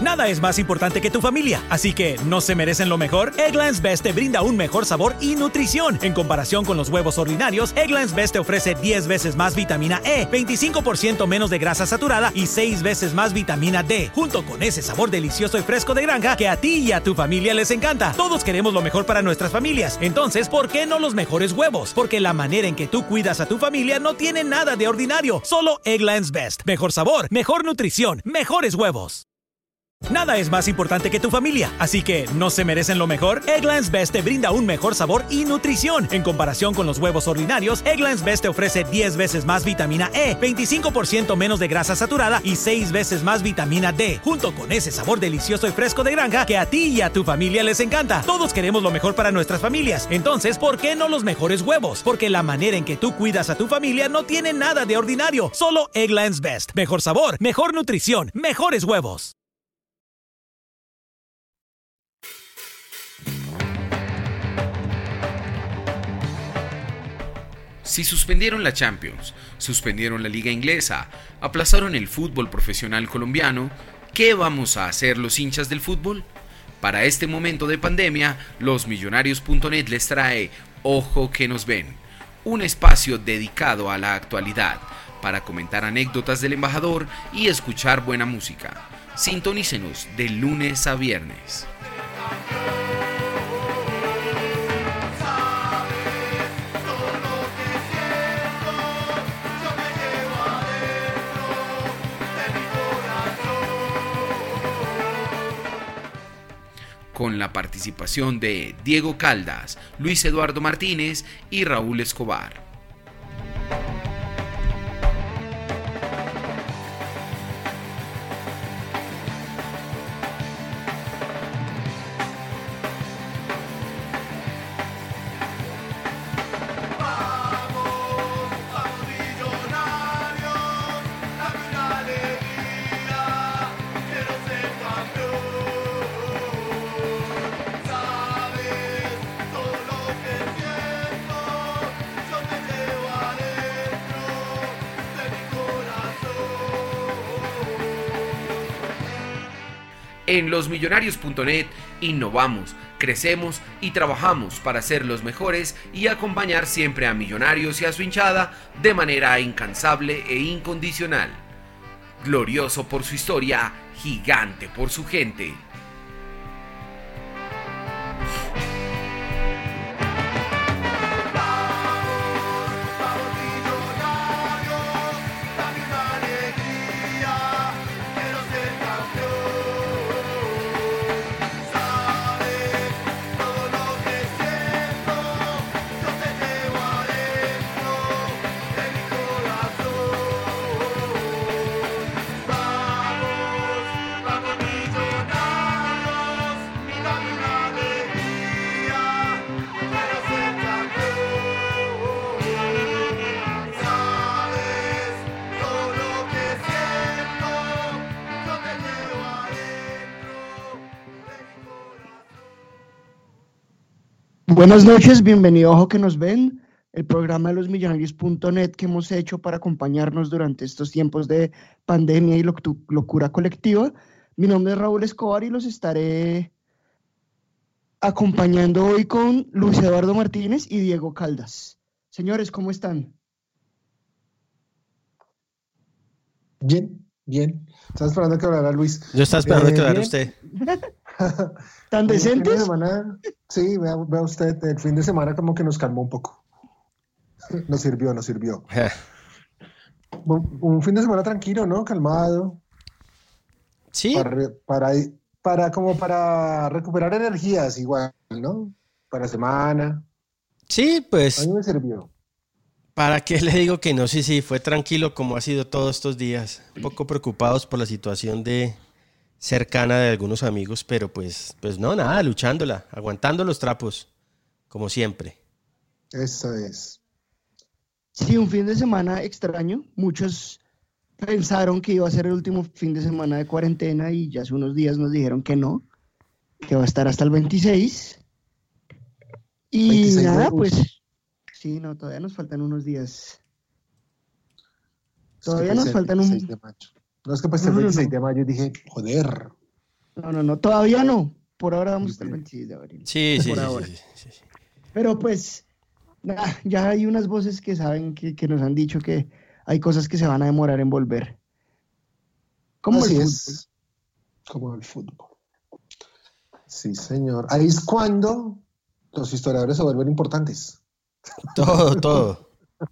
Nada es más importante que tu familia, así que ¿no se merecen lo mejor? Eggland's Best te brinda un mejor sabor y nutrición. En comparación con los huevos ordinarios, Eggland's Best te ofrece 10 veces más vitamina E, 25% menos de grasa saturada y 6 veces más vitamina D, junto con ese sabor delicioso y fresco de granja que a ti y a tu familia les encanta. Todos queremos lo mejor para nuestras familias, entonces, ¿por qué no los mejores huevos? Porque la manera en que tú cuidas a tu familia no tiene nada de ordinario, solo Eggland's Best. Mejor sabor, mejor nutrición, mejores huevos. Nada es más importante que tu familia, así que ¿no se merecen lo mejor? Eggland's Best te brinda un mejor sabor y nutrición. En comparación con los huevos ordinarios, Eggland's Best te ofrece 10 veces más vitamina E, 25% menos de grasa saturada y 6 veces más vitamina D, junto con ese sabor delicioso y fresco de granja que a ti y a tu familia les encanta. Todos queremos lo mejor para nuestras familias, entonces, ¿por qué no los mejores huevos? Porque la manera en que tú cuidas a tu familia no tiene nada de ordinario, solo Eggland's Best. Mejor sabor, mejor nutrición, mejores huevos. Si suspendieron la Champions, suspendieron la Liga Inglesa, aplazaron el fútbol profesional colombiano, ¿qué vamos a hacer los hinchas del fútbol? Para este momento de pandemia, losmillonarios.net les trae Ojo que nos ven, un espacio dedicado a la actualidad, para comentar anécdotas del embajador y escuchar buena música. Sintonícenos de lunes a viernes. Con la participación de Diego Caldas, Luis Eduardo Martínez y Raúl Escobar. En losmillonarios.net innovamos, crecemos y trabajamos para ser los mejores y acompañar siempre a Millonarios y a su hinchada de manera incansable e incondicional. Glorioso por su historia, gigante por su gente. Buenas noches, bienvenido a Ojo que nos ven, el programa de losmillonarios.net que hemos hecho para acompañarnos durante estos tiempos de pandemia y locura colectiva. Mi nombre es Raúl Escobar y los estaré acompañando hoy con Luis Eduardo Martínez y Diego Caldas. Señores, ¿cómo están? Bien, bien. Estaba esperando que hablara Luis. Yo estaba esperando que hablara usted. ¿Tan decentes? Sí, vea usted, el fin de semana como que nos calmó un poco. Nos sirvió. Un fin de semana tranquilo, ¿no? Calmado. Sí. Para recuperar energías igual, ¿no? Para semana. Sí, pues. A mí me sirvió. ¿Para qué le digo que no? Sí, fue tranquilo como ha sido todos estos días. Un poco preocupados por la situación cercana de algunos amigos, pero pues no, nada, luchándola, aguantando los trapos, como siempre. Eso es. Sí, un fin de semana extraño. Muchos pensaron que iba a ser el último fin de semana de cuarentena y ya hace unos días nos dijeron que no, que va a estar hasta el 26. Y 26 nada, pues sí, no, todavía nos faltan unos días. Todavía nos faltan 26 de mayo. No, es que pues el 26 de mayo dije, joder. No, todavía no. Por ahora vamos hasta el 26 de abril. Sí. Pero pues, ya hay unas voces que saben que nos han dicho que hay cosas que se van a demorar en volver. Como Así el fútbol. es, como el fútbol. Sí, señor. Ahí es cuando los historiadores se vuelven importantes. Todo.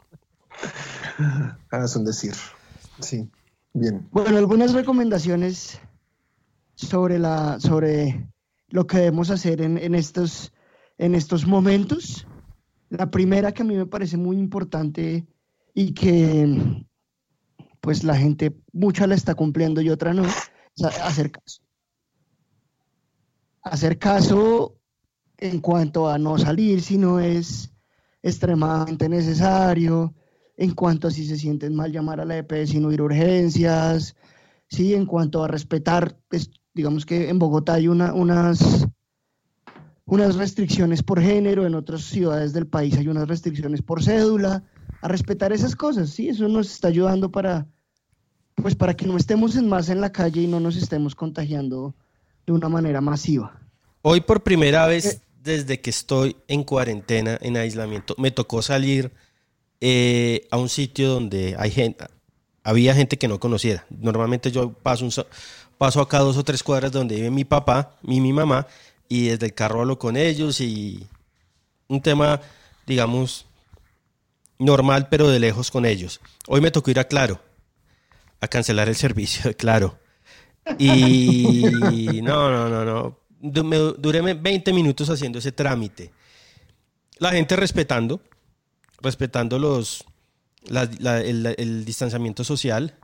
Es un decir. Sí, bien. Bueno, algunas recomendaciones sobre lo que debemos hacer en estos momentos. La primera, que a mí me parece muy importante y que pues la gente mucha la está cumpliendo y otra no, es hacer caso. Hacer caso en cuanto a no salir si no es extremadamente necesario, en cuanto a si se sienten mal llamar a la EPS y no ir a urgencias, ¿sí? En cuanto a respetar, pues, digamos que en Bogotá hay unas restricciones por género, en otras ciudades del país hay unas restricciones por cédula, a respetar esas cosas, ¿sí? Eso nos está ayudando para que no estemos más en la calle y no nos estemos contagiando de una manera masiva. Hoy por primera vez desde que estoy en cuarentena, en aislamiento, me tocó salir a un sitio donde había gente que no conociera. Normalmente yo paso acá 2 o 3 cuadras donde vive mi papá y mi mamá, y desde el carro hablo con ellos, y un tema, digamos, normal, pero de lejos con ellos. Hoy me tocó ir a Claro, a cancelar el servicio de Claro. Y no. Duré 20 minutos haciendo ese trámite. La gente respetando el distanciamiento social.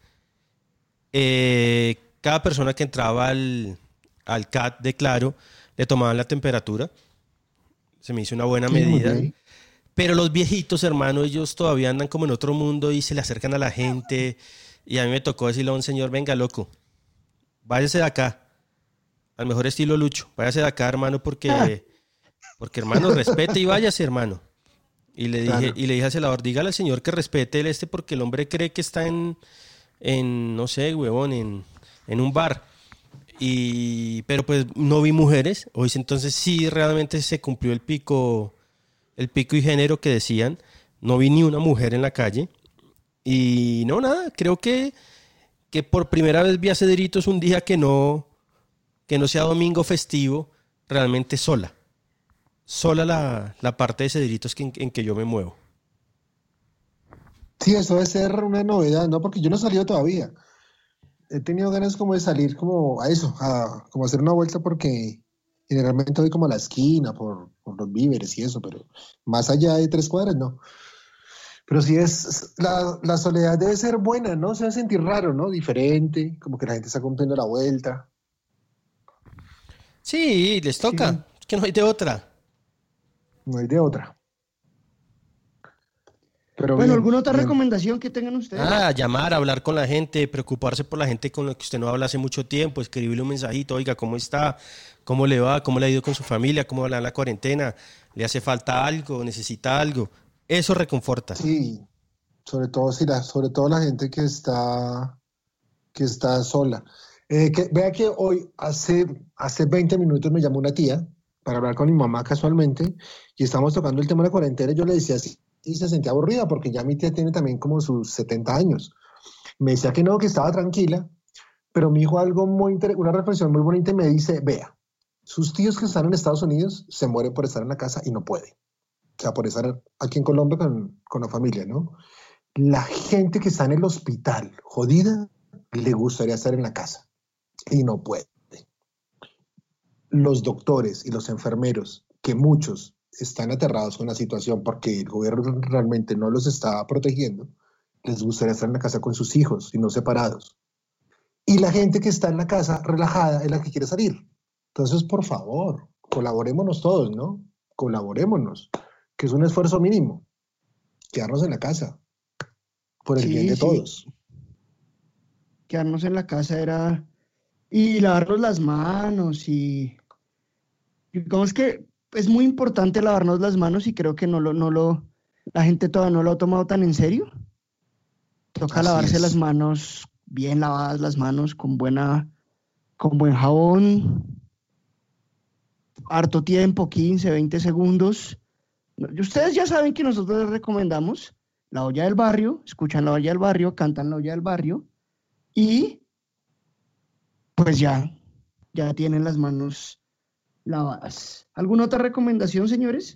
Cada persona que entraba al CAT de Claro le tomaban la temperatura. Se me hizo una buena medida. Okay. Pero los viejitos, hermano, ellos todavía andan como en otro mundo y se le acercan a la gente. Y a mí me tocó decirle a un señor: venga, loco, váyase de acá. Al mejor estilo Lucho, váyase de acá, hermano, porque hermano, respete y váyase, hermano. Y le dije al celador: dígale al señor que respete porque el hombre cree que está en no sé, huevón, en un bar. Pero pues no vi mujeres. Hoy entonces sí realmente se cumplió el pico y género que decían. No vi ni una mujer en la calle. Y no, nada, creo que por primera vez vi a Cedritos un día que no sea domingo festivo, realmente sola la parte de Cedritos en que yo me muevo. Sí, eso debe ser una novedad, ¿no? Porque yo no he salido todavía. He tenido ganas como de salir como a eso, como hacer una vuelta, porque generalmente voy como a la esquina por los víveres y eso, pero más allá de 3 cuadras, no. Pero sí la soledad debe ser buena, ¿no? Se va a sentir raro, ¿no? Diferente, como que la gente está cumpliendo la vuelta. Sí, les toca. Sí. Es que no hay de otra. No hay de otra. Pero Bueno, bien, ¿alguna otra bien. recomendación que tengan ustedes? Llamar, hablar con la gente, preocuparse por la gente con la que usted no habla hace mucho tiempo, escribirle un mensajito: oiga, ¿cómo está? ¿Cómo le va? ¿Cómo le ha ido con su familia? ¿Cómo va la cuarentena? ¿Le hace falta algo? ¿Necesita algo? Eso reconforta. Sí, sobre todo la gente que está sola. Vea que hoy, hace 20 minutos, me llamó una tía para hablar con mi mamá casualmente, y estábamos tocando el tema de la cuarentena, y yo le decía así, y se sentía aburrida, porque ya mi tía tiene también como sus 70 años. Me decía que no, que estaba tranquila, pero me dijo algo una reflexión muy bonita, y me dice: vea, sus tíos que están en Estados Unidos se mueren por estar en la casa y no pueden. O sea, por estar aquí en Colombia con la familia, ¿no? La gente que está en el hospital, jodida, le gustaría estar en la casa y no puede. Los doctores y los enfermeros, que muchos están aterrados con la situación porque el gobierno realmente no los está protegiendo, les gustaría estar en la casa con sus hijos y no separados. Y la gente que está en la casa relajada es la que quiere salir. Entonces, por favor, colaborémonos todos, ¿no? Colaborémonos, que es un esfuerzo mínimo, quedarnos en la casa, por el bien de todos. Quedarnos en la casa era... Y lavarnos las manos y... Digamos que es muy importante lavarnos las manos, y creo que la gente todavía no lo ha tomado tan en serio. Toca Así lavarse es. las manos, bien lavadas las manos, con buena con buen jabón, harto tiempo, 15, 20 segundos. Ustedes ya saben que nosotros les recomendamos La Olla del Barrio, escuchan La Olla del Barrio, cantan La Olla del Barrio y pues ya tienen las manos lavadas. ¿Alguna otra recomendación, señores?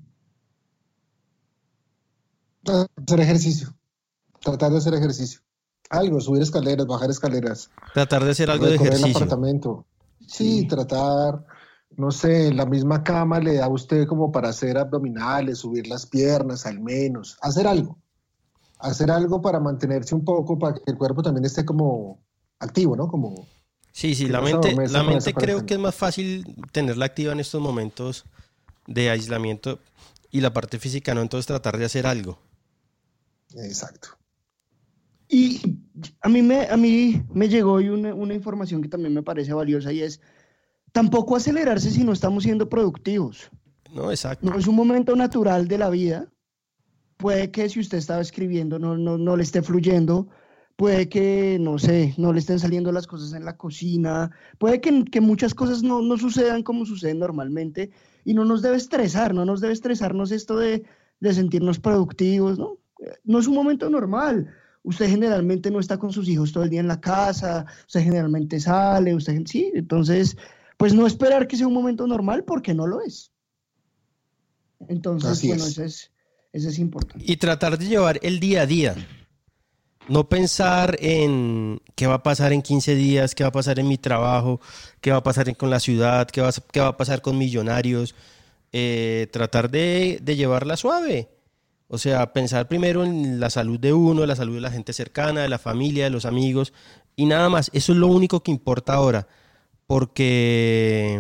Hacer ejercicio. Tratar de hacer ejercicio. Algo, subir escaleras, bajar escaleras. Tratar de hacer algo de recorrer el ejercicio. apartamento. Sí, tratar, no sé, la misma cama le da a usted como para hacer abdominales, subir las piernas al menos. Hacer algo para mantenerse un poco, para que el cuerpo también esté como activo, ¿no? Como Sí, la mente creo que es más fácil tenerla activa en estos momentos de aislamiento y la parte física no, entonces tratar de hacer algo. Exacto. Y a mí me llegó hoy una información que también me parece valiosa y es tampoco acelerarse si no estamos siendo productivos. No, exacto. No es un momento natural de la vida. Puede que si usted estaba escribiendo no le esté fluyendo, puede que, no sé, no le estén saliendo las cosas en la cocina, puede que muchas cosas no sucedan como suceden normalmente y no nos debe estresarnos esto de sentirnos productivos, ¿no? No es un momento normal. Usted generalmente no está con sus hijos todo el día en la casa, usted generalmente sale, sí, entonces, pues no esperar que sea un momento normal porque no lo es. Entonces, así bueno, es. Eso es importante. Y tratar de llevar el día a día. No pensar en qué va a pasar en 15 días, qué va a pasar en mi trabajo, qué va a pasar con la ciudad, qué va a pasar con Millonarios. Tratar de llevarla suave. O sea, pensar primero en la salud de uno, la salud de la gente cercana, de la familia, de los amigos y nada más. Eso es lo único que importa ahora. Porque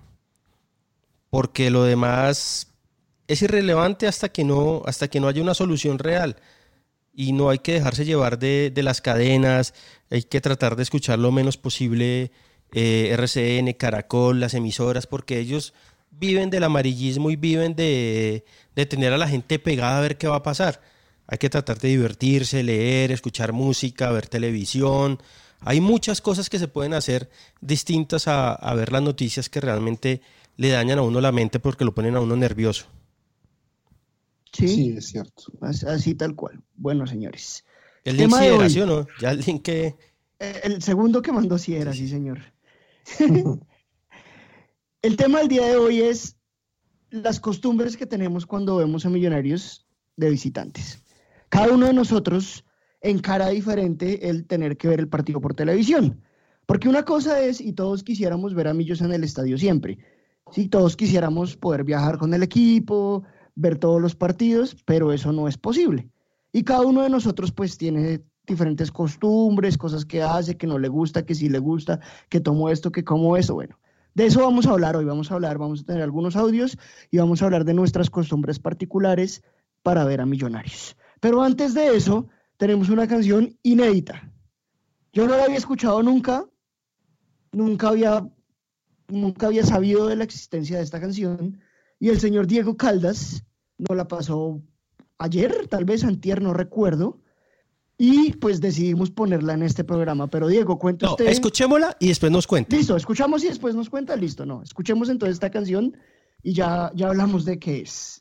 lo demás es irrelevante hasta que no haya una solución real. Y no hay que dejarse llevar de las cadenas, hay que tratar de escuchar lo menos posible RCN, Caracol, las emisoras, porque ellos viven del amarillismo y viven de tener a la gente pegada a ver qué va a pasar. Hay que tratar de divertirse, leer, escuchar música, ver televisión. Hay muchas cosas que se pueden hacer distintas a ver las noticias que realmente le dañan a uno la mente porque lo ponen a uno nervioso. Sí, es cierto. Así tal cual. Bueno, señores. El link sí era, ¿sí o no? Ya el link que... El segundo que mandó sí era, sí, señor. El tema del día de hoy es las costumbres que tenemos cuando vemos a Millonarios de visitantes. Cada uno de nosotros encara diferente el tener que ver el partido por televisión. Porque una cosa es, y todos quisiéramos ver a Millos en el estadio siempre. Sí, todos quisiéramos poder viajar con el equipo, ver todos los partidos, pero eso no es posible. Y cada uno de nosotros pues tiene diferentes costumbres, cosas que hace, que no le gusta, que sí le gusta, que tomo esto, que como eso. Bueno, de eso vamos a hablar hoy, vamos a tener algunos audios y vamos a hablar de nuestras costumbres particulares para ver a Millonarios. Pero antes de eso, tenemos una canción inédita. Yo no la había escuchado nunca había sabido de la existencia de esta canción, y el señor Diego Caldas nos la pasó ayer, tal vez antier, no recuerdo, y pues decidimos ponerla en este programa. Pero Diego, cuenta usted. Escuchémosla y después nos cuenta. Listo, escuchamos y después nos cuenta. Listo, no, escuchemos entonces esta canción y ya hablamos de qué es.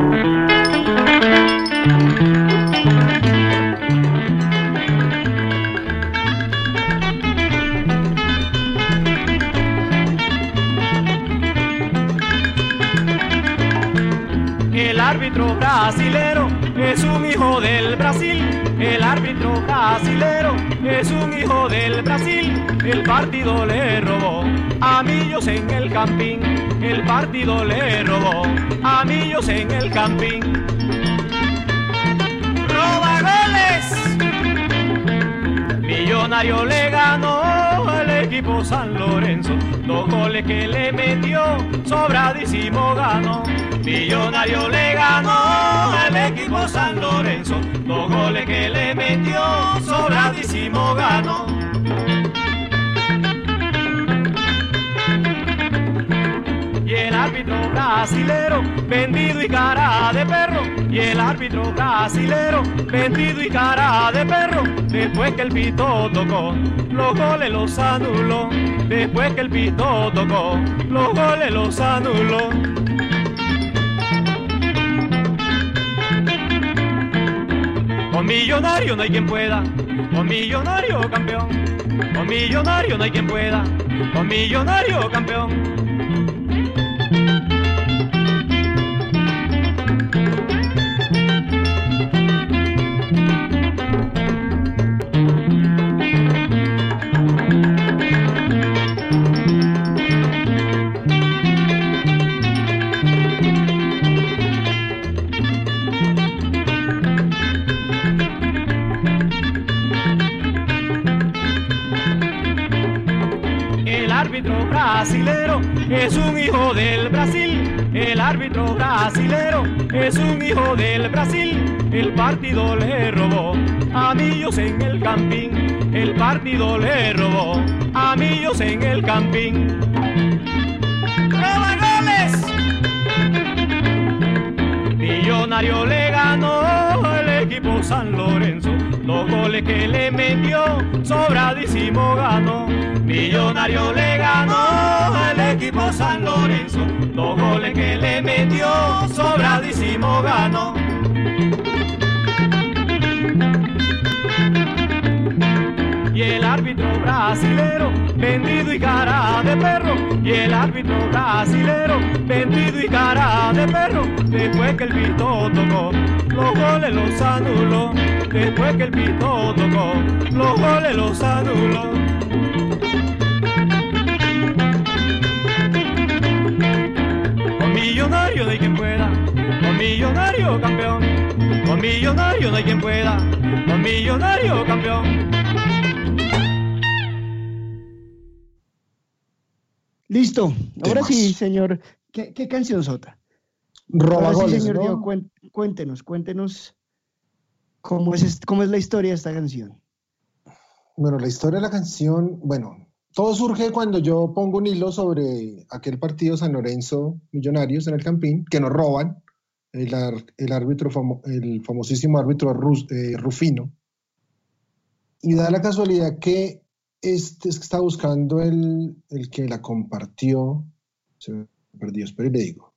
El árbitro brasilero es un hijo del Brasil. El árbitro brasilero es un hijo del Brasil. El partido le robó a Millos en el Campín. El partido le robó a Millos en el Campín. ¡Roba goles! Millonario le ganó al equipo San Lorenzo. 2 goles que le metió, sobradísimo ganó. Millonario le ganó al equipo San Lorenzo. 2 goles que le metió, sobradísimo ganó. Y el árbitro brasilero, vendido y cara de perro. y el árbitro brasilero, vestido y cara de perro, después que el pito tocó, los goles los anuló, después que el pito tocó, los goles los anuló. Con Millonario no hay quien pueda, con Millonario campeón, con Millonario no hay quien pueda, con Millonario campeón. Brasilero es un hijo del Brasil, el árbitro brasilero es un hijo del Brasil, el partido le robó a Millos en el campín, el partido le robó a Millos en el campín. ¡Roba goles! Millonario le ganó el equipo San Lorenzo, los goles que le metió sobradísimo ganó. Millonario le ganó el equipo San Lorenzo, los goles que le metió sobradísimo ganó. Y el árbitro brasilero, vendido y cara de perro, y el árbitro brasilero, vendido y cara de perro, después que el pito tocó, los goles los anuló, después que el pito tocó, los goles los anuló. Con Millonario no hay quien pueda, con Millonario campeón, con Millonario no hay quien pueda, con Millonario campeón. Listo. Ahora sí, señor. ¿Qué canción sota? Roba Ahora sí, goles, señor ¿no? Diego, cuéntenos cómo es la historia de esta canción. Bueno, la historia de la canción, bueno, todo surge cuando yo pongo un hilo sobre aquel partido San Lorenzo Millonarios en el Campín, que nos roban, el árbitro, el famosísimo árbitro Rufino. Y da la casualidad que es que está buscando el que la compartió, se me perdió, espera y le digo.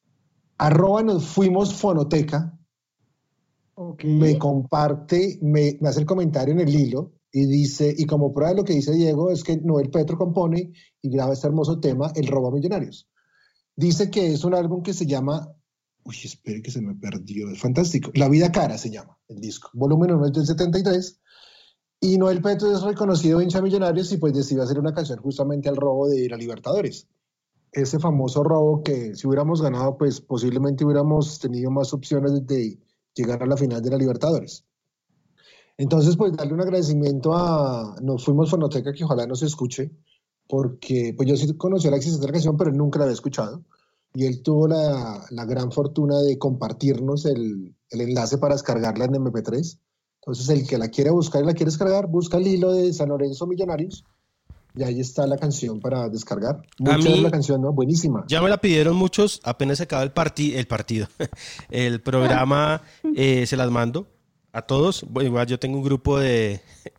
@ nos fuimos fonoteca, Okay. me comparte, me hace el comentario en el hilo y dice, y como prueba de lo que dice Diego, es que Noel Petro compone y graba este hermoso tema, El Robo a Millonarios. Dice que es un álbum que se llama, uy, espere que se me perdió, es fantástico, La Vida Cara se llama el disco, volumen 1 es del 73, y Noel Petro es reconocido hincha Millonarios y pues decidió hacer una canción justamente al robo de la Libertadores. Ese famoso robo que si hubiéramos ganado, pues posiblemente hubiéramos tenido más opciones de llegar a la final de la Libertadores. Entonces, pues darle un agradecimiento a Nos Fuimos Fonoteca, que ojalá nos escuche, porque pues yo sí conocía la existencia de la canción, pero nunca la había escuchado. Y él tuvo la gran fortuna de compartirnos el enlace para descargarla en MP3. Entonces, el que la quiere buscar y la quiere descargar, busca el hilo de San Lorenzo Millonarios y ahí está la canción para descargar. Muy chévere la canción, ¿no? Buenísima. Ya me la pidieron muchos, apenas se acaba el partido. El programa se las mando a todos. Bueno, igual yo tengo un grupo de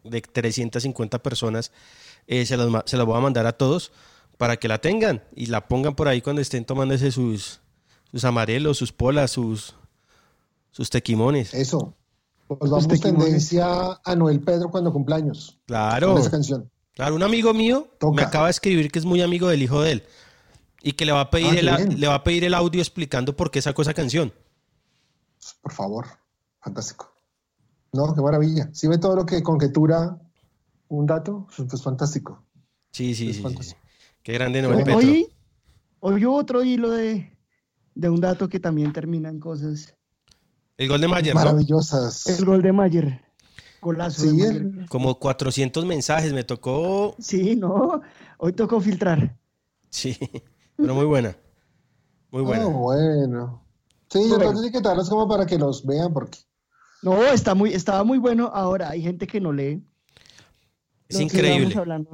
350 personas, se las voy a mandar a todos para que la tengan y la pongan por ahí cuando estén tomándose sus amarelos, sus polas, sus tequimones. Eso. Pues vamos tendencia a Noel Pedro cuando cumpleaños. Claro. Con esa canción. Claro, un amigo mío me acaba de escribir que es muy amigo del hijo de él y que le va a pedir el audio explicando por qué sacó esa canción. Por favor, fantástico. No, qué maravilla. Si ve todo lo que conjetura un dato, pues fantástico. Sí. Qué grande Noel Petro. Hoy hubo otro hilo de un dato que también termina en cosas. El gol de Mayer, maravillosas. ¿No? El gol de Mayer. Golazo. Sí, de Mayer. Como 400 mensajes me tocó. Sí, no. Hoy tocó filtrar. Sí, pero muy buena. Muy buena. Oh, bueno. Sí, entonces hay que darlos como para que los vean porque... No, estaba muy bueno. Ahora hay gente que no lee. Es increíble.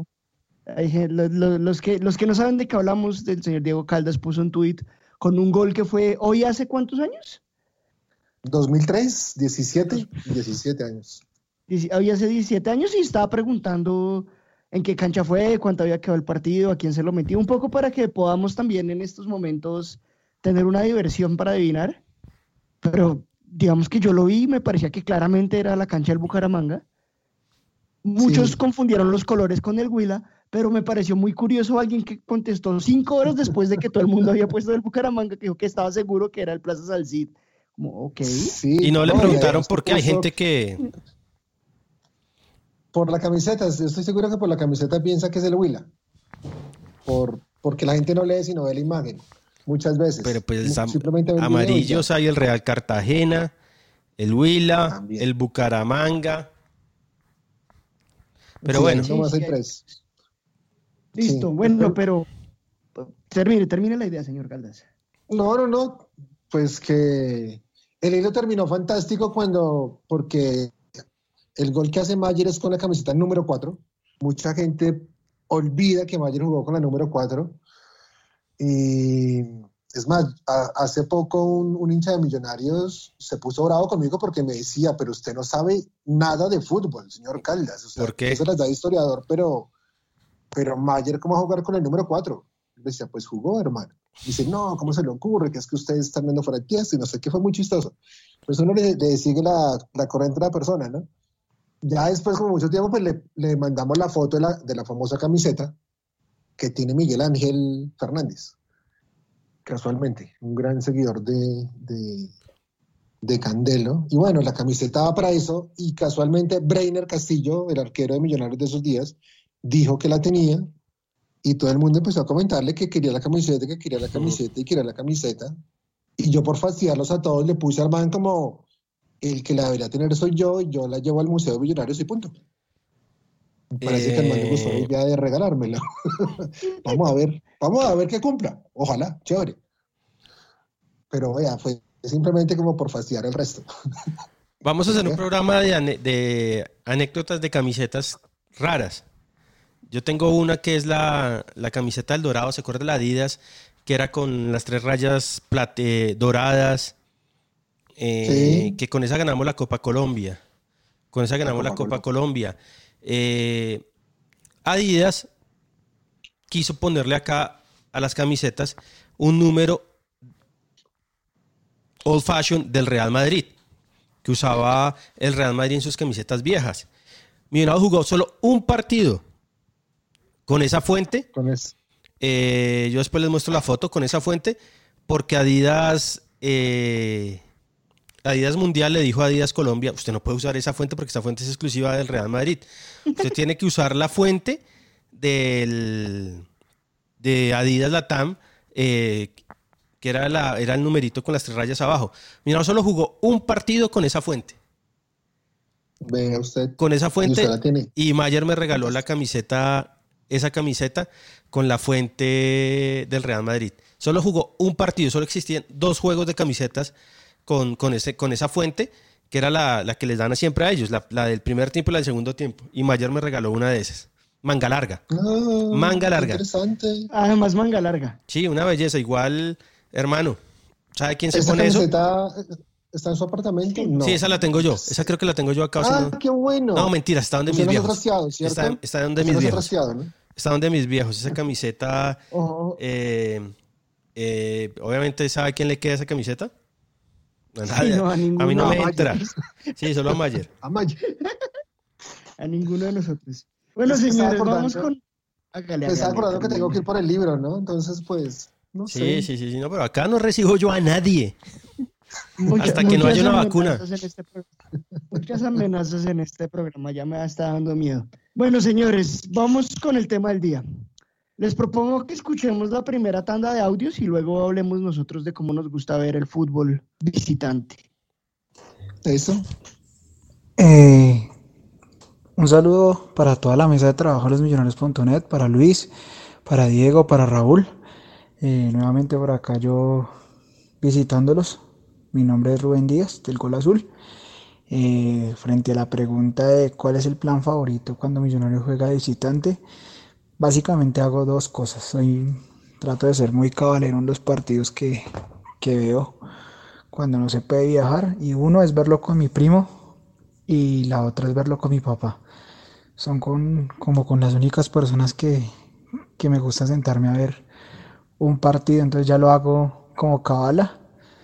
Los que no saben de qué hablamos, del señor Diego Caldas puso un tuit con un gol que fue hoy hace ¿cuántos años? 2003, 17 años. Había hace 17 años y estaba preguntando en qué cancha fue, cuánto había quedado el partido, a quién se lo metió, un poco para que podamos también en estos momentos tener una diversión para adivinar. Pero digamos que yo lo vi y me parecía que claramente era la cancha del Bucaramanga. Muchos confundieron los colores con el Huila, pero me pareció muy curioso alguien que contestó 5 horas después de que todo el mundo había puesto el Bucaramanga, que dijo que estaba seguro que era el Plaza Salcid. Como, ok. Sí, y no le preguntaron por qué hay gente que... Por la camiseta, estoy seguro que por la camiseta piensa que es el Huila. Porque la gente no lee sino ve la imagen, muchas veces. Pero pues simplemente amarillos hay el Real Cartagena, el Huila, también. el Bucaramanga. Pero Sí, bueno. nomás hay 3. Listo, Sí. bueno, pero termine la idea, señor Caldas. No. Pues que el hilo terminó fantástico porque el gol que hace Mayer es con la camiseta número 4. Mucha gente olvida que Mayer jugó con la número 4. Y es más, hace poco un hincha de Millonarios se puso bravo conmigo porque me decía, pero usted no sabe nada de fútbol, señor Caldas. O sea, ¿por qué? Eso las da de historiador, pero Mayer, ¿cómo va a jugar con el número 4? Le decía, pues jugó, hermano. Dice, no, ¿cómo se le ocurre? Que es que ustedes están viendo fuera de tiesto y no sé qué, fue muy chistoso. Pues uno le sigue la corriente a la persona, ¿no? Ya después, como mucho tiempo, pues le mandamos la foto de la famosa camiseta que tiene Miguel Ángel Fernández. Casualmente, un gran seguidor de Candelo. Y bueno, la camiseta va para eso. Y casualmente, Breiner Castillo, el arquero de Millonarios de esos días, dijo que la tenía. Y todo el mundo empezó a comentarle que quería la camiseta, que quería la camiseta y quería la camiseta. Y yo, por fastidiarlos a todos, le puse al man como: el que la debería tener soy yo, y yo la llevo al Museo de Millonarios y punto. Me parece que el man le gustó la idea de regalármela. Vamos a ver qué cumpla. Ojalá, chévere. Pero vea, fue simplemente como por fastidiar el resto. Vamos a hacer un programa de anécdotas de camisetas raras. Yo tengo una que es la camiseta del Dorado, ¿se acuerda? La Adidas, que era con las 3 rayas doradas, Sí. que con esa ganamos la Copa Colombia. Con esa ganamos la Copa Colombia. Adidas quiso ponerle acá a las camisetas un número old fashion del Real Madrid, que usaba el Real Madrid en sus camisetas viejas. Millonarios jugó solo un partido con esa fuente. Yo después les muestro la foto con esa fuente, porque Adidas Mundial le dijo a Adidas Colombia: usted no puede usar esa fuente porque esa fuente es exclusiva del Real Madrid. Usted tiene que usar la fuente de Adidas Latam, que era el numerito con las 3 rayas abajo. Millonarios solo jugó un partido con esa fuente. Vea usted. Con esa fuente. Y usted la tiene. Y Mayer me regaló esa camiseta con la fuente del Real Madrid. Solo jugó un partido, solo existían 2 juegos de camisetas con esa fuente, que era la que les dan siempre a ellos, la del primer tiempo y la del segundo tiempo. Y Mayer me regaló una de esas. Manga larga. Manga larga. Interesante. Además, manga larga. Sí, una belleza. Igual, hermano, ¿sabe quién se ¿Esa pone eso? camiseta está en su apartamento? No. Sí, esa la tengo yo. Esa creo que la tengo yo acá. Qué bueno. No, mentira, está donde mis viejos. ¿Cierto? Está donde mis viejos. ¿No? Está donde mis viejos. Esa camiseta. Obviamente, ¿sabe a quién le queda esa camiseta? Sí, no, a mí no me a entra. Sí, solo a Mayer. A Mayer. A ninguno de nosotros. Bueno, Es que señores, estaba vamos acordando- con... Me estaba acordando que tengo que ir por el libro, ¿no? Entonces, pues, no sé. Sí, no, pero acá no recibo yo a nadie. Hasta que no haya una vacuna. Muchas amenazas en este programa, ya me está dando miedo. Bueno, señores, vamos con el tema del día. Les propongo que escuchemos la primera tanda de audios y luego hablemos nosotros de cómo nos gusta ver el fútbol visitante. Eso. Un saludo para toda la mesa de trabajo de losmillonarios.net, para Luis, para Diego, para Raúl. Nuevamente por acá yo visitándolos. Mi nombre es Rubén Díaz, del Gol Azul. Frente a la pregunta de cuál es el plan favorito cuando Millonarios juega de visitante, básicamente hago 2 cosas. Trato de ser muy cabalero en los partidos que veo cuando no se puede viajar, y uno es verlo con mi primo y la otra es verlo con mi papá. Son como con las únicas personas que me gusta sentarme a ver un partido, entonces ya lo hago como cábala.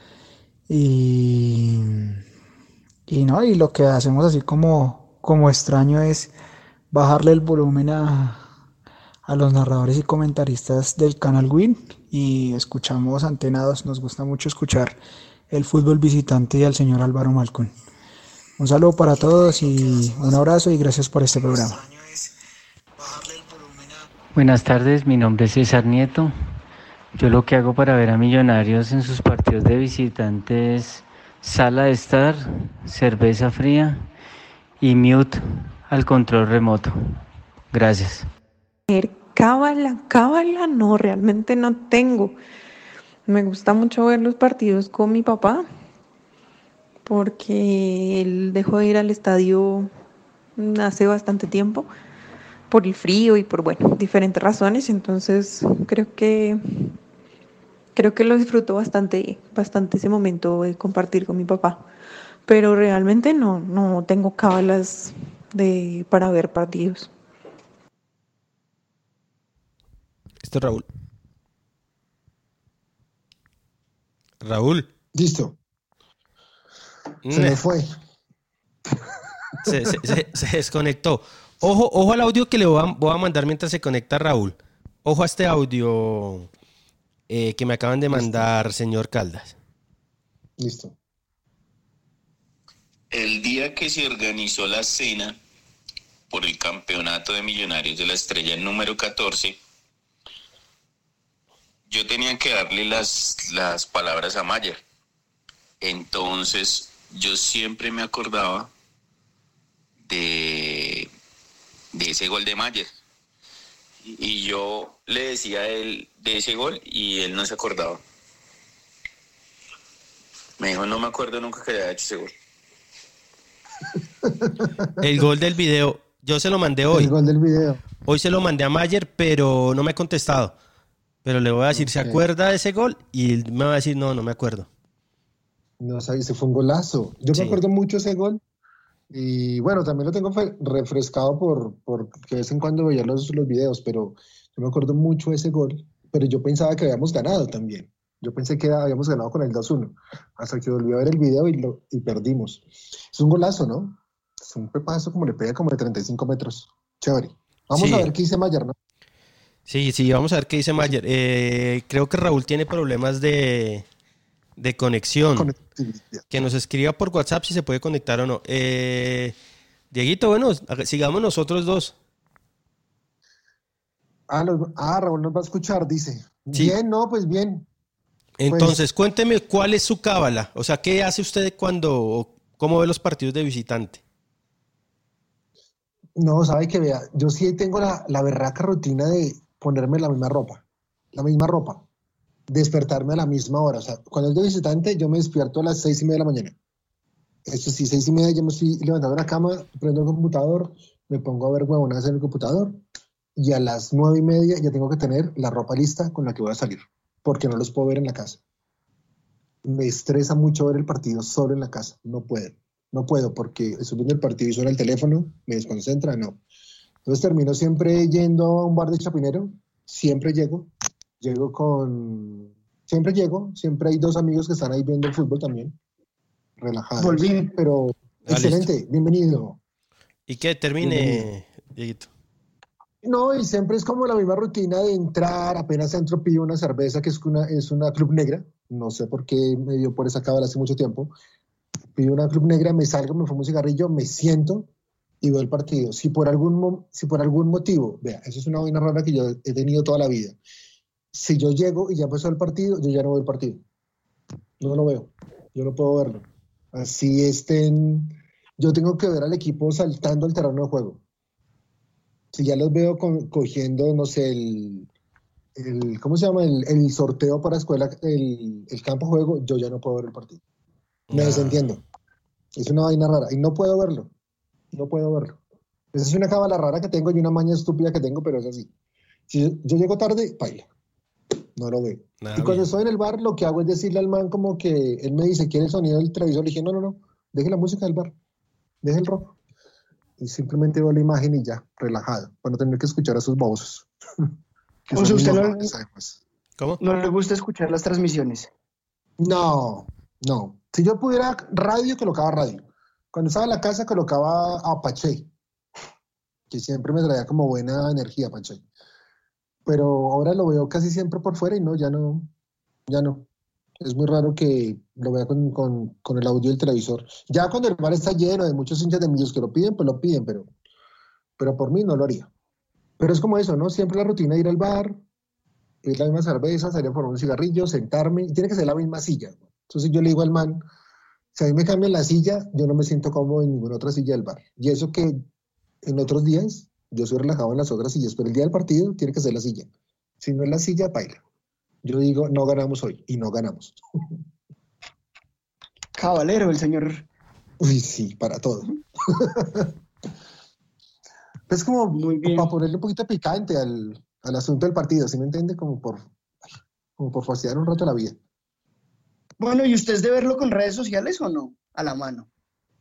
Y, y no, y lo que hacemos así como extraño es bajarle el volumen a los narradores y comentaristas del canal Win y escuchamos Antena 2. Nos gusta mucho escuchar el fútbol visitante y al señor Álvaro Malcón. Un saludo para todos y un abrazo y gracias por este programa. Buenas tardes, mi nombre es César Nieto. Yo lo que hago para ver a Millonarios en sus partidos de visitante es sala de estar, cerveza fría y mute al control remoto. Gracias. Cábala, no, realmente no tengo. Me gusta mucho ver los partidos con mi papá, porque él dejó de ir al estadio hace bastante tiempo, por el frío y por, diferentes razones. Entonces creo que lo disfruto bastante ese momento de compartir con mi papá. Pero realmente no tengo cábalas para ver partidos. Esto es Raúl. Raúl. Listo. Se me fue. Se desconectó. Ojo al audio que le voy a mandar mientras se conecta Raúl. Ojo a este audio que me acaban de mandar, señor Caldas. Listo. El día que se organizó la cena por el campeonato de Millonarios de la Estrella número 14, yo tenía que darle las palabras a Mayer. Entonces, yo siempre me acordaba de ese gol de Mayer. Y yo le decía a él de ese gol y él no se acordaba. Me dijo, no me acuerdo nunca que haya hecho ese gol. El gol del video, yo se lo mandé hoy. El gol del video. Hoy se lo mandé a Mayer, pero no me ha contestado. Pero le voy a decir, ¿se acuerda de ese gol? Y él me va a decir, no me acuerdo. No, ese fue un golazo. Yo me acuerdo mucho ese gol. Y bueno, también lo tengo refrescado por que de vez en cuando veía los videos, pero yo me acuerdo mucho de ese gol. Pero yo pensaba que habíamos ganado también. Yo pensé que habíamos ganado con el 2-1. Hasta que volví a ver el video y perdimos. Es un golazo, ¿no? Es un pepazo, como le pega como de 35 metros. Chévere. Vamos a ver qué dice Mayer, ¿no? Sí, vamos a ver qué dice Mayer. Creo que Raúl tiene problemas de conexión. Que nos escriba por WhatsApp si se puede conectar o no. Dieguito, bueno, sigamos nosotros dos. Raúl nos va a escuchar, dice. Sí. Bien, no, pues bien. Entonces, cuénteme cuál es su cábala. O sea, ¿qué hace usted cómo ve los partidos de visitante? No, sabe que vea, yo sí tengo la berraca rutina de ponerme la misma ropa, despertarme a la misma hora. O sea, cuando es de visitante, yo me despierto a las 6:30 de la mañana. Eso sí, 6:30 ya me estoy levantando de la cama, prendo el computador, me pongo a ver huevonadas en el computador y a las 9:30 ya tengo que tener la ropa lista con la que voy a salir, porque no los puedo ver en la casa. Me estresa mucho ver el partido solo en la casa, no puedo porque estoy viendo el partido y suena el teléfono, me desconcentra, no. Entonces termino siempre yendo a un bar de Chapinero, siempre llego, siempre hay dos amigos que están ahí viendo el fútbol también, relajados. Volví, pero excelente, listo. Bienvenido. ¿Y qué termine, Dieguito? No, y siempre es como la misma rutina de entrar, apenas entro pido una cerveza que es una Club Negra, no sé por qué me dio por esa cábala hace mucho tiempo, pido una Club Negra, me salgo, me fumo un cigarrillo, me siento y veo el partido. Si por algún motivo, vea, eso es una vaina rara que yo he tenido toda la vida. Si yo llego y ya empezó el partido, yo ya no veo el partido. No lo veo. Yo no puedo verlo. Así yo tengo que ver al equipo saltando el terreno de juego. Si ya los veo cogiendo, no sé, ¿cómo se llama? El sorteo para escuela, el campo de juego, yo ya no puedo ver el partido. Me desentiendo. Es una vaina rara y no puedo verlo. Esa es una cábala rara que tengo y una maña estúpida que tengo, pero es así. Si yo llego tarde, baila. no lo veo. Nada Y cuando bien. estoy en el bar, lo que hago es decirle al man como que él me dice, ¿quiere el sonido del televisor? Le dije, no, deje la música del bar, deje el rock. Y simplemente veo la imagen y ya, relajado, para no tener que escuchar a sus voces. O sea, usted ¿Cómo? no le gusta escuchar las transmisiones. No. Si yo pudiera radio, colocaba radio. Cuando estaba en la casa, colocaba a Apache, que siempre me traía como buena energía, Apache. Pero ahora lo veo casi siempre por fuera y no, ya no. Es muy raro que lo vea con el audio del televisor. Ya cuando el bar está lleno de muchos hinchas de Millos que lo piden, pues lo piden, pero por mí no lo haría. Pero es como eso, ¿no? Siempre la rutina de ir al bar, pedir la misma cerveza, salir por un cigarrillo, sentarme, y tiene que ser la misma silla. Entonces yo le digo al man, si a mí me cambian la silla, yo no me siento cómodo en ninguna otra silla del bar. Y eso que en otros días yo soy relajado en las otras sillas, pero el día del partido tiene que ser la silla. Si no es la silla, baila. Yo digo, no ganamos hoy, y no ganamos. Caballero, el señor. Uy, sí, para todo. Es como Muy bien. para ponerle un poquito picante al asunto del partido, ¿sí me entiende? Como por fastidiar un rato la vida. Bueno, ¿y usted es de verlo con redes sociales o no? A la mano.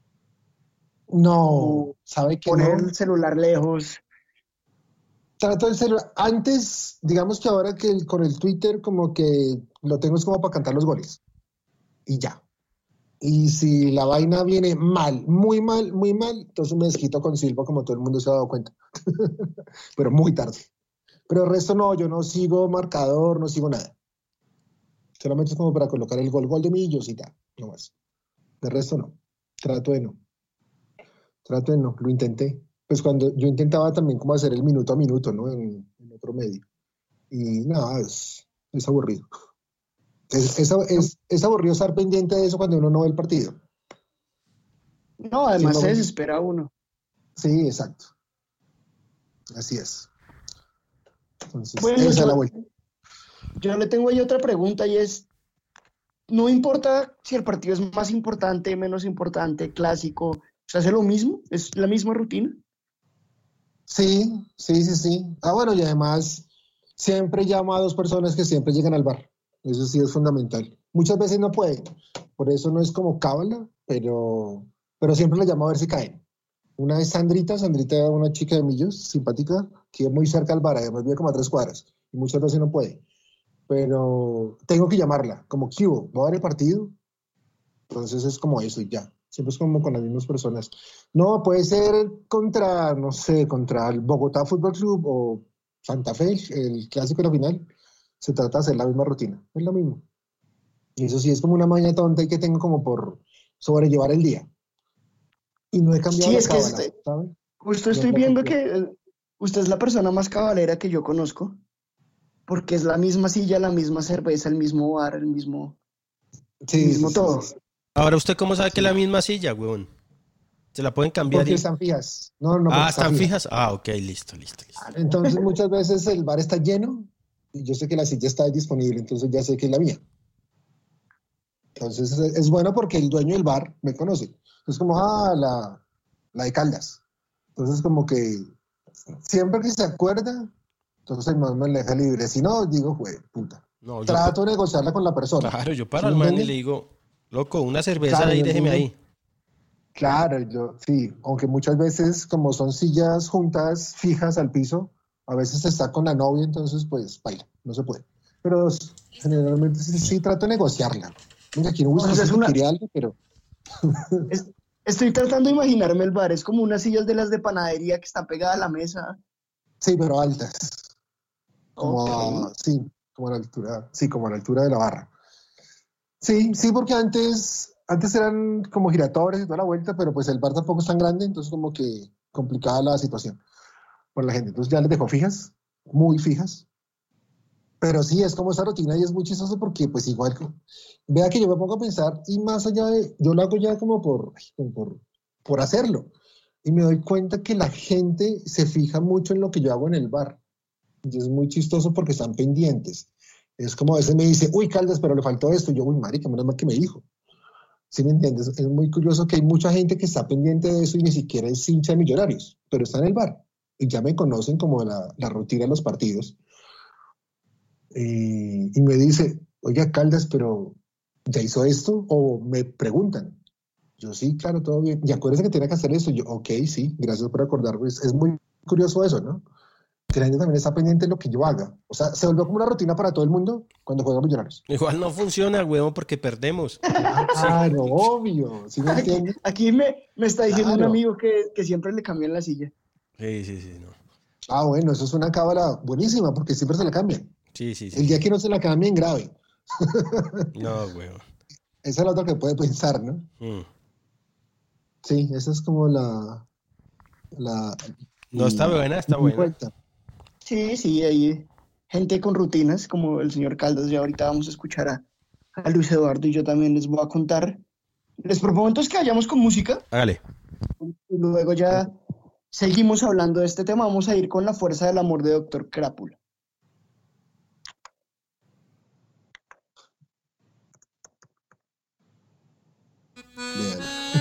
No, ¿sabe qué? Poner No. el celular lejos. Trato el celular. Antes, digamos que ahora que con el Twitter como que lo tengo es como para cantar los goles. Y ya. Y si la vaina viene mal, muy mal, entonces me desquito con Silva como todo el mundo se ha dado cuenta. Pero muy tarde. Pero el resto no, yo no sigo marcador, no sigo nada. Solamente es como para colocar el gol de Millos y tal, no más. De resto no. Trato de no. Lo intenté. Pues cuando yo intentaba también como hacer el minuto a minuto, ¿no? En otro medio. Y nada, es aburrido. Es aburrido estar pendiente de eso cuando uno no ve el partido. No, además Sí, se no. desespera uno. Sí, exacto. Así es. Entonces, Bueno, esa es la vuelta. yo le tengo ahí otra pregunta y es, no importa si el partido es más importante, menos importante, clásico, ¿se hace lo mismo? ¿Es la misma rutina? Sí. Ah, bueno, y además siempre llamo a 2 personas que siempre llegan al bar. Eso sí es fundamental. Muchas veces no pueden, por eso no es como cábala, pero siempre le llamo a ver si caen. Una es Sandrita, una chica de Millos, simpática, que es muy cerca al bar, además vive como a 3 cuadras, y muchas veces no puede. Pero tengo que llamarla, como que hubo, ¿va a ver el partido? Entonces es como eso y ya. Siempre es como con las mismas personas. No, puede ser contra el Bogotá Fútbol Club o Santa Fe, el clásico de la final. Se trata de hacer la misma rutina, es lo mismo. Y eso sí es como una maña tonta y que tengo como por sobrellevar el día. Y no he cambiado Sí, la es que cábala, ¿sabe? justo estoy viendo que usted es la persona más cabalera que yo conozco, porque es la misma silla, la misma cerveza, el mismo bar, el mismo todo. Sí. Ahora, ¿usted cómo sabe que es la misma silla, huevón? ¿Se la pueden cambiar? Porque están fijas. No, porque ¿están fijas? Ah, ok, listo. Entonces muchas veces el bar está lleno y yo sé que la silla está disponible, entonces ya sé que es la mía. Entonces es bueno porque el dueño del bar me conoce. Es como, la de Caldas. Entonces como que siempre que se acuerda, entonces el man me la deja libre. Si no, digo, puta. No, Trato de negociarla con la persona. Claro, yo paro ¿Sí al man entiende? y le digo, loco, una cerveza Claro, ahí, yo déjeme digo, ahí. Claro, sí, aunque muchas veces como son sillas juntas, fijas al piso, a veces está con la novia, entonces pues baila, no se puede. Pero generalmente sí trato de negociarla. Mira, aquí no gusta, quería algo, pero... Estoy tratando de imaginarme el bar, es como unas sillas de las de panadería que están pegadas a la mesa. Sí, pero altas. Como Okay. como a la altura de la barra. Sí, porque antes eran como giratorios y toda la vuelta, pero pues el bar tampoco es tan grande, entonces como que complicada la situación por la gente. Entonces ya les dejó fijas, muy fijas. Pero sí, es como esa rutina y es muy chistoso porque pues igual, vea que yo me pongo a pensar y más allá yo lo hago ya como por hacerlo. Y me doy cuenta que la gente se fija mucho en lo que yo hago en el bar. Y es muy chistoso porque están pendientes. Es como a veces me dice, uy, Caldas, pero le faltó esto. Y yo, uy, marica, menos mal que me dijo. ¿Sí me entiendes? Es muy curioso que hay mucha gente que está pendiente de eso y ni siquiera es hincha de Millonarios, pero está en el bar. Y ya me conocen como la rutina de los partidos. y me dice, oiga, Caldas, pero ¿ya hizo esto? O me preguntan. Yo, sí, claro, todo bien. Y acuérdense que tiene que hacer eso. Yo, ok, sí, gracias por acordarme. Es muy curioso eso, ¿no? Que la gente también está pendiente de lo que yo haga. O sea, se volvió como una rutina para todo el mundo cuando juegan Millonarios. Igual no funciona, huevón, porque perdemos. Claro, obvio. ¿Sí me entiendes? Aquí me está diciendo Claro. un amigo que siempre le cambian la silla. Sí, no. Ah, bueno, eso es una cábala buenísima porque siempre se la cambian. Sí. El día que no se la cambien, grave. No, huevón. Esa es la otra que puede pensar, ¿no? Sí, esa es como la No, está buena, está buena. Vuelta. Sí, hay gente con rutinas como el señor Caldas. Ya ahorita vamos a escuchar a Luis Eduardo y yo también les voy a contar. Les propongo entonces que vayamos con música. Hágale. Y luego ya seguimos hablando de este tema. Vamos a ir con La fuerza del amor de Dr. Crápula. Véalo.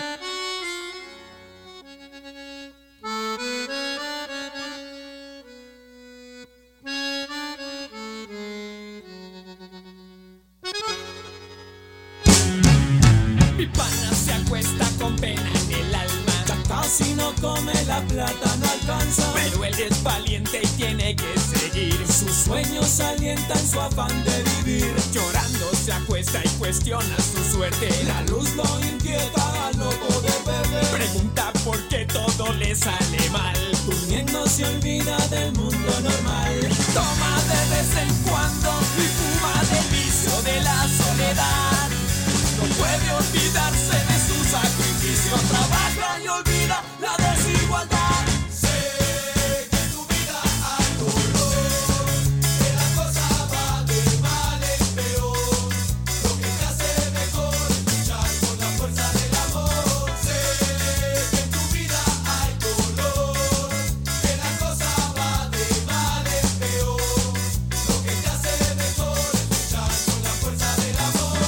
Mi pana se acuesta con pena en el alma. Ya casi no come, la plata no alcanza. Pero él es valiente y tiene que seguir. Sus sueños alientan su afán de vivir. Llorando se acuesta y cuestiona su suerte. La luz lo inquieta al no poder beber. Pregunta por qué todo le sale mal. Durmiendo se olvida del mundo normal. Toma de vez en cuando y fuma del vicio de la soledad. No puede olvidarse de su sacrificio. Trabaja y olvida la desigualdad. Sé que en tu vida hay dolor, que la cosa va de mal en peor. Lo que te hace mejor es luchar con la fuerza del amor. Sé que en tu vida hay dolor, que la cosa va de mal en peor. Lo que te hace mejor es luchar con la fuerza del amor.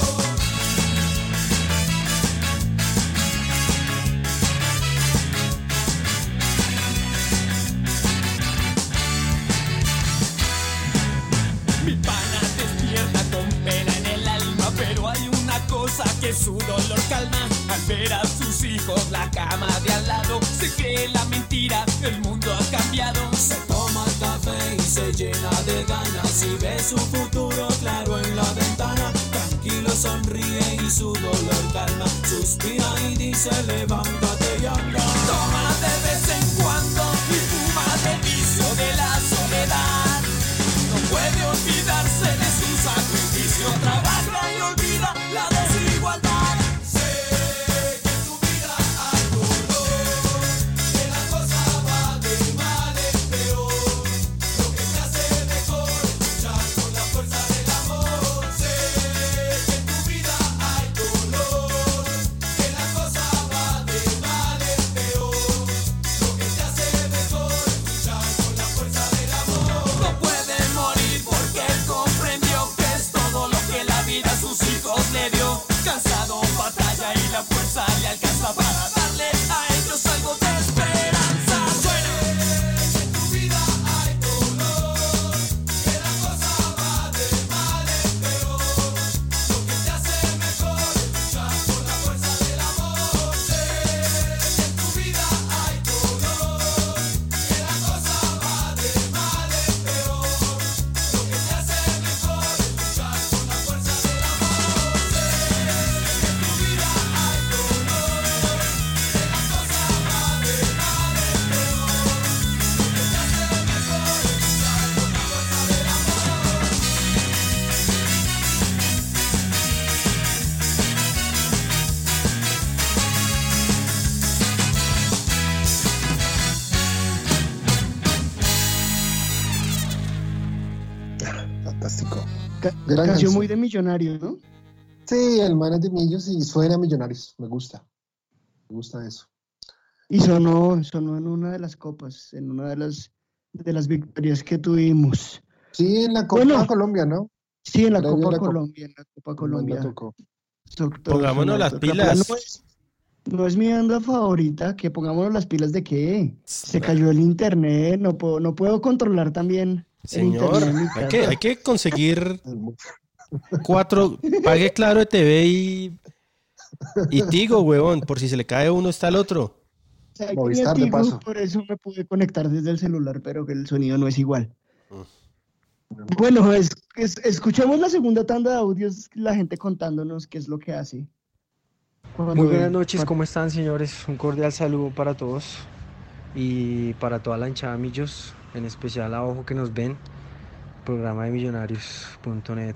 Mi pana despierta con pena en el alma, pero hay una cosa que su dolor calma. Al ver a sus hijos la cama de al lado, se cree la mentira, el mundo ha cambiado. Se toma el café y se llena de ganas y ve su futuro claro en la ventana. Tranquilo sonríe y su dolor calma, suspira y dice levántate y anda. Toma de vez en cuando y fuma del vicio de la soledad. No puede olvidarse de su sacrificio. Trabaja y olvida la desigualdad. Sé que en tu vida hay dolor, que la cosa va de mal en peor. Lo que te hace mejor es luchar con la fuerza del amor. Sé que en tu vida hay dolor, que la cosa va de mal en peor. Lo que te hace mejor es luchar con la fuerza del amor. No puede morir porque él comprendió que es todo lo que la vida a sus hijos le dio. Cansado, batalla y la fuerza le alcanza para darle a ellos algo de esperanza. Suena. Que en tu vida hay dolor, que la cosa va de mal en peor. Lo que te hace mejor es luchar con la fuerza del amor. Sé que en tu vida hay dolor, que la cosa va de mal en peor. Lo que te hace mejor es luchar con la fuerza del amor. Sé que en tu vida hay dolor, que la cosa va de mal en peor. Lo que te hace mejor es luchar con la fuerza del amor. Fantástico. Gran Canción canción. muy de Millonarios, ¿no? Sí, el man es de Millos y suena a Millonarios. Me gusta. Me gusta eso. Y sonó en una de las copas, en una de las victorias que tuvimos. Sí, en la Copa Bueno. Colombia, ¿no? Sí, en la Previo a Copa la Copa. Colombia, en la Copa El man Colombia. la tocó. Doctor Pongámonos las Fernando Crápula. pilas. No es mi banda favorita, que pongámonos las pilas de qué. Se cayó el internet, no puedo controlar también Señor, hay que conseguir 4, pague Claro de TV y Tigo, huevón, por si se le cae uno está el otro. O sea, Movistar, Tigo, de paso. Por eso me pude conectar desde el celular, pero que el sonido no es igual. Bueno, escuchemos la segunda tanda de audios, la gente contándonos qué es lo que hace. Muy buenas noches, ¿cómo están, señores? Un cordial saludo para todos y para toda la hinchada Millos, en especial a Ojo que nos ven, programa de millonarios.net.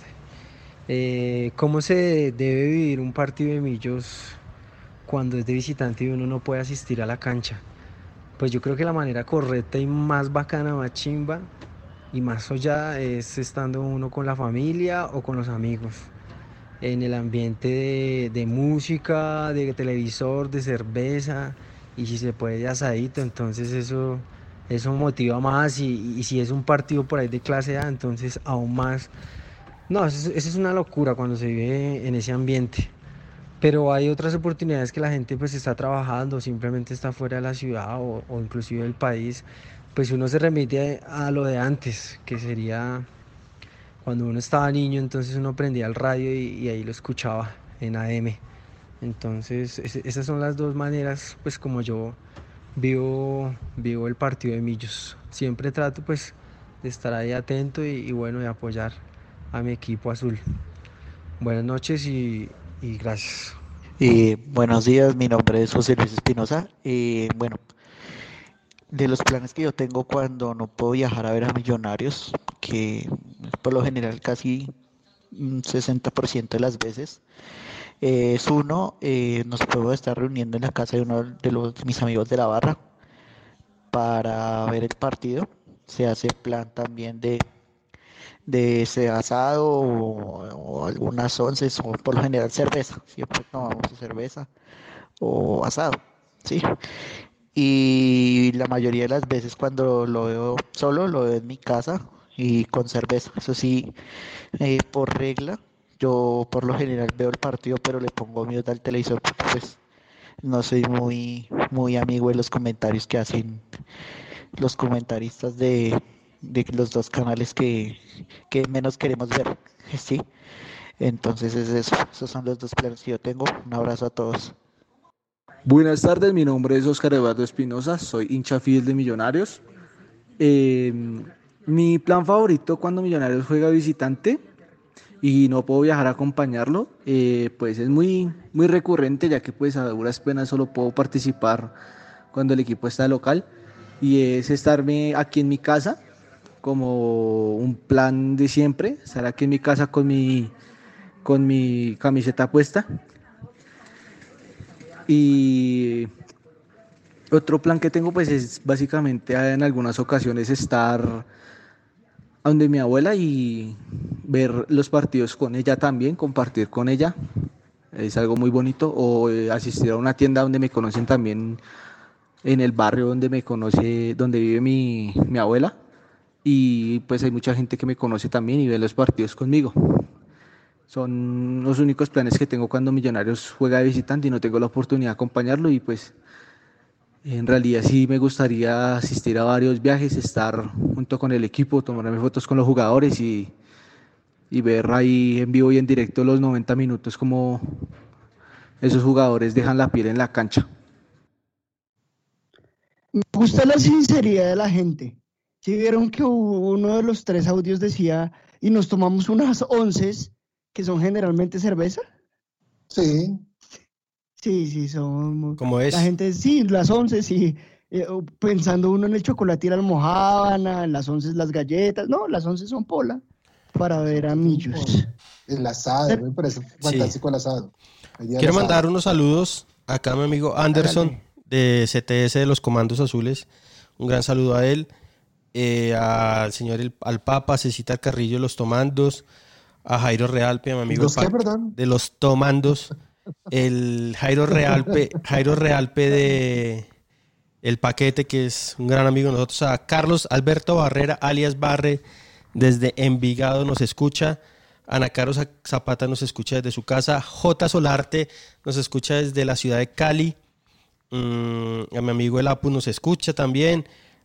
¿Cómo se debe vivir un partido de Millos cuando es de visitante y uno no puede asistir a la cancha? Pues yo creo que la manera correcta y más bacana, más chimba y más sollada es estando uno con la familia o con los amigos, en el ambiente de música, de televisor, de cerveza y si se puede de asadito. Entonces eso motiva más y si es un partido por ahí de clase A, entonces aún más. No, eso es una locura cuando se vive en ese ambiente. Pero hay otras oportunidades que la gente pues está trabajando, simplemente está fuera de la ciudad o inclusive del país, pues uno se remite a lo de antes, que sería cuando uno estaba niño, entonces uno prendía el radio y ahí lo escuchaba en AM. Entonces esas son las dos maneras pues como yo vivo el partido de Millos. Siempre trato pues de estar ahí atento y bueno, de apoyar a mi equipo azul. Buenas noches y gracias. Buenos días, mi nombre es José Luis Espinosa. Bueno, de los planes que yo tengo cuando no puedo viajar a ver a Millonarios, que por lo general casi un 60% de las veces, es uno, nos podemos estar reuniendo en la casa de uno de mis amigos de la barra para ver el partido. Se hace plan también de ese asado o algunas onces o por lo general cerveza, siempre tomamos cerveza o asado, ¿sí? Y la mayoría de las veces cuando lo veo solo, lo veo en mi casa y con cerveza. Eso sí, por regla, yo por lo general veo el partido, pero le pongo mute al televisor porque pues no soy muy amigo de los comentarios que hacen los comentaristas de los dos canales que menos queremos ver, ¿sí? Entonces es eso, esos son los dos planes que yo tengo. Un abrazo a todos. Buenas tardes, mi nombre es Oscar Eduardo Espinosa, soy hincha fiel de Millonarios. Mi plan favorito cuando Millonarios juega visitante y no puedo viajar a acompañarlo, pues es muy recurrente, ya que pues a duras penas solo puedo participar cuando el equipo está local, y es estarme aquí en mi casa, como un plan de siempre, estar aquí en mi casa con mi camiseta puesta. Y otro plan que tengo pues es básicamente en algunas ocasiones estar donde mi abuela y ver los partidos con ella también, compartir con ella, es algo muy bonito, o asistir a una tienda donde me conocen también, en el barrio donde vive mi abuela, y pues hay mucha gente que me conoce también y ve los partidos conmigo. Son los únicos planes que tengo cuando Millonarios juega de visitante y no tengo la oportunidad de acompañarlo, y pues en realidad sí me gustaría asistir a varios viajes, estar junto con el equipo, tomarme fotos con los jugadores y ver ahí en vivo y en directo los 90 minutos como esos jugadores dejan la piel en la cancha. Me gusta la sinceridad de la gente. ¿Sí vieron que uno de los 3 audios decía y nos tomamos unas onces que son generalmente cerveza? Sí. Sí, son... ¿Cómo es? La gente, sí, las onces, sí. Pensando uno en el chocolate y la almojábana, en las onces las galletas. No, las onces son pola para ver a Millos. El asado, me parece fantástico el asado. Quiero mandar unos saludos acá a mi amigo Anderson de CTS de los Comandos Azules. Un gran saludo a él. Al señor al Papa, Cecita Carrillo de los Tomandos, a Jairo Realpe, mi amigo de los Tomandos, el Jairo Realpe de El Paquete, que es un gran amigo de nosotros, a Carlos Alberto Barrera, alias Barre, desde Envigado nos escucha, Ana Caro Zapata nos escucha desde su casa, J. Solarte nos escucha desde la ciudad de Cali, a mi amigo El Apu nos escucha también,